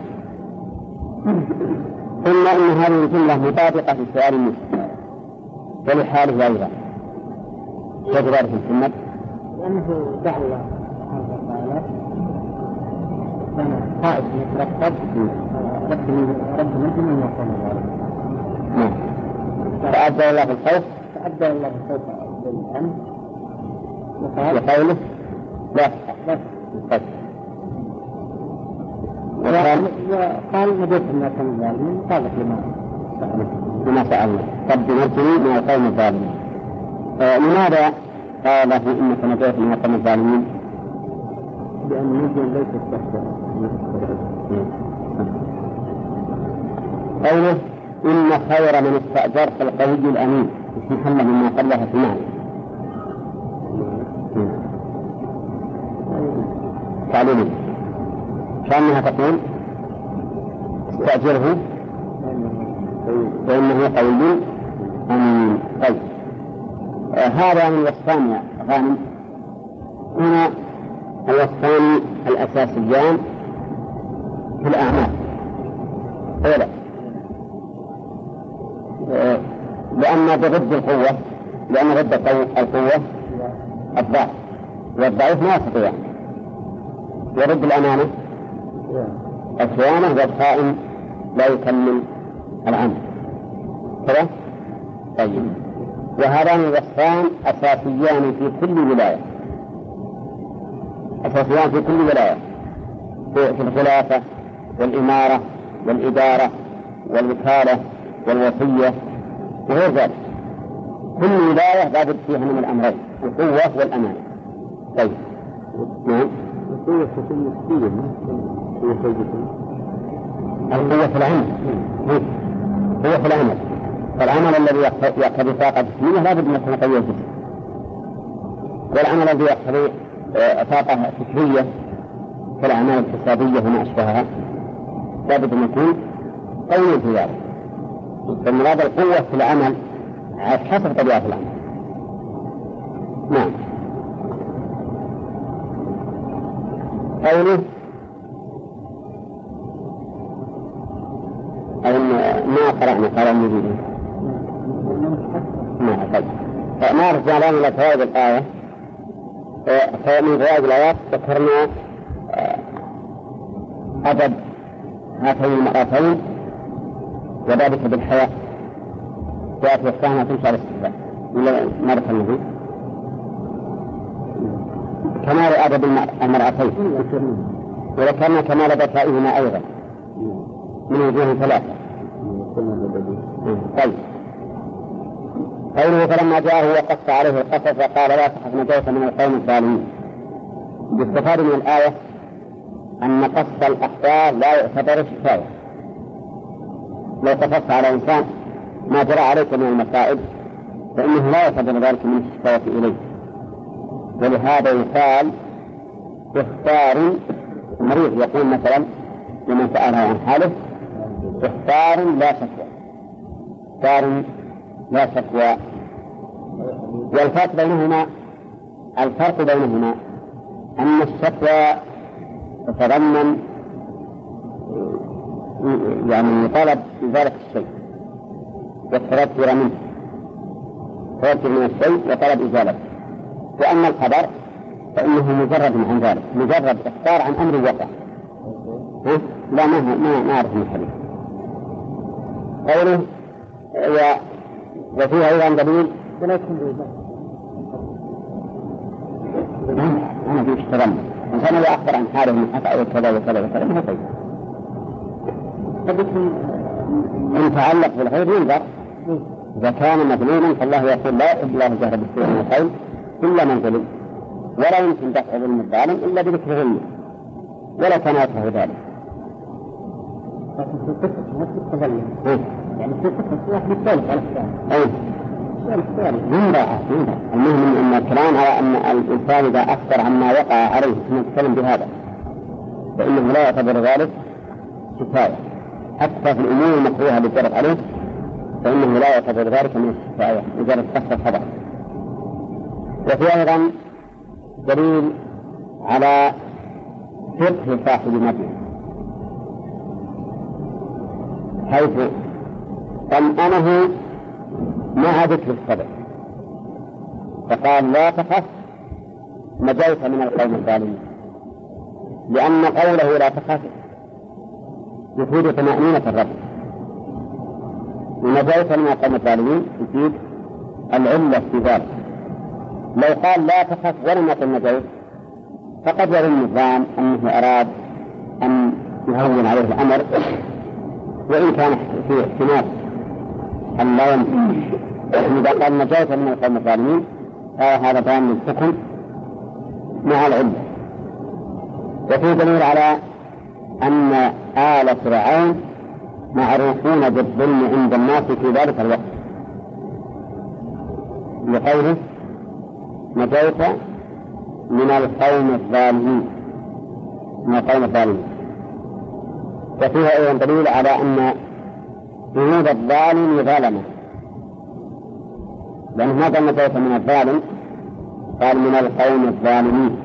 ثم إن هذه الجملة مطابقة في سؤال موسى ولحاله أيضا كيف ذلك السنة؟ لأنه دعوة خائف يترقب لكن رب نجم من يقوم نعم. فأبدأ الله في الخوف فأبدأ الله في الخوف بالأمن وقوله لا لا طيب. وقال نبيت من القوم الظالمين قالت لما لما سألنا رب نجني من القوم الظالمين. آه لماذا قال له إنك نجيت من القوم الظالمين؟ لأن النجم ليس تحت قوله إن خير من استأجرت القوي الأمين اسم محمد مما قبلها في المعنى تعليمي كأنها تقول استأجره فإنه قوي أمين. طيب آه هذا من الوصفان يا غانم. هنا الوصفان الأساسيان في الأعمال. أولا آه لأن ضد القوة لأن ضد القوة الضعف والضعيف ما يستطيع. يرد الأمانة الخيانة والخائن لا يكمل العمل كذا. طيب وهذان الوصفان أساسيان في كل ولاية أساسيان في كل ولاية في الخلافة والإمارة والإدارة والوكالة والوصية وغير ذلك. كل ولاية لابد فيها من الأمرين القوة والأمانة. طيب نعم. القوة تكون نسبية القوة في العمل هو في العمل فالعمل الذي يقتضي طاقة جسمية لا بد من يكون قوي جدا والعمل الذي يقتضي طاقة فكرية كالأعمال الاقتصادية وما أشبهها لا بد من يكون قوي في ذلك. فالمراد القوة في العمل حسب طبيعة العمل. نعم. قوله أو ما قرأنا قال النبي ما طيب ما رجع لنا إلى فوائد الآية. من فوائد الآيات ذكرنا أدب هاتين المرأتين وذلك بالحياة وأتي الثانية تمشي على الاستحباب ولا مرة النبي كمال أدب المرأتين وذكرنا كمال ذكائهما أيضا من وجوه ثلاثة. طيب قوله فلما جاءه وقص عليه القصص وقال لا تخف نجوت من القوم الظالمين. باستفاد من الآية أن قص الأخبار لا يعتبر شكاية. لو قصصت على إنسان ما جرى عليك من المصائب فإنه لا يعتبر ذلك من الشكاية إليه. ولهذا يقال اختار المريض يقول مثلا لمن سأله عن حاله اختار لا شكوى اختار لا شكوى. والفرق بينهما الفرق بينهما أن الشكوى تتضمن يعني طلب إزالة الشيء والتذكر منه تذكر من الشيء وطلب إزالته. وأما الخبر فإنه مجرد عن ذلك مجرد اختار عن أمر وقع. لا ما ما ما أعرف من الحديث. قوله و... وفيها أيضا دليل ولا يكون بإذن أنا في اشتغل إنسان إذا أخبر عن حاله من حفظ وكذا وكذا وكذا ما طيب إن تعلق بالخير ينظر. إذا كان مظلوما فالله يقول لا يحب الله الجهر بالسوء من القول إلا من ظلم ولا يمكن دفع ظلم الظالم إلا بذكر ظلمه ولا كان يكره ذلك. لكن في قصة ما تتظلم يعني في قصة واحد يختلف على الثاني. أي من باعه المهم أن الكلام على أن الإنسان إذا أخبر عما وقع عليه ثم يتكلم بهذا فإنه لا يعتبر ذلك شكاية حتى في الأمور المكروهة اللي جرت عليه فإنه لا يعتبر ذلك من الشكاية مجرد قصة الخبر. وفي أيضا دليل على فقه صاحب مدين حيث طمأنه مع ذكر الصبر فقال لا تخف نجوت من القوم الظالمين لأن قوله لا تخف يفيد طمأنينة الرب، ونجوت من القوم الظالمين يفيد العلة في ذلك. لو قال لا تخف ولم يقل نجوت فقد يظن الظان أنه أراد أن يهون عليه الأمر، وإن كان في احتمال أن لا يمكن. إذا قال نجوت من القوم الظالمين هذا بيان للحكم مع العلة. وفي دليل على أن آل فرعون معروفون بالظلم عند الناس في ذلك الوقت، لقوله نجوت من القوم الظالمين من القوم الظالمين. وفيها أيضا دليل على أن جنود الظالم ظالمة، لأنه ما قال نجوت من الظالم، قال من القوم الظالمين،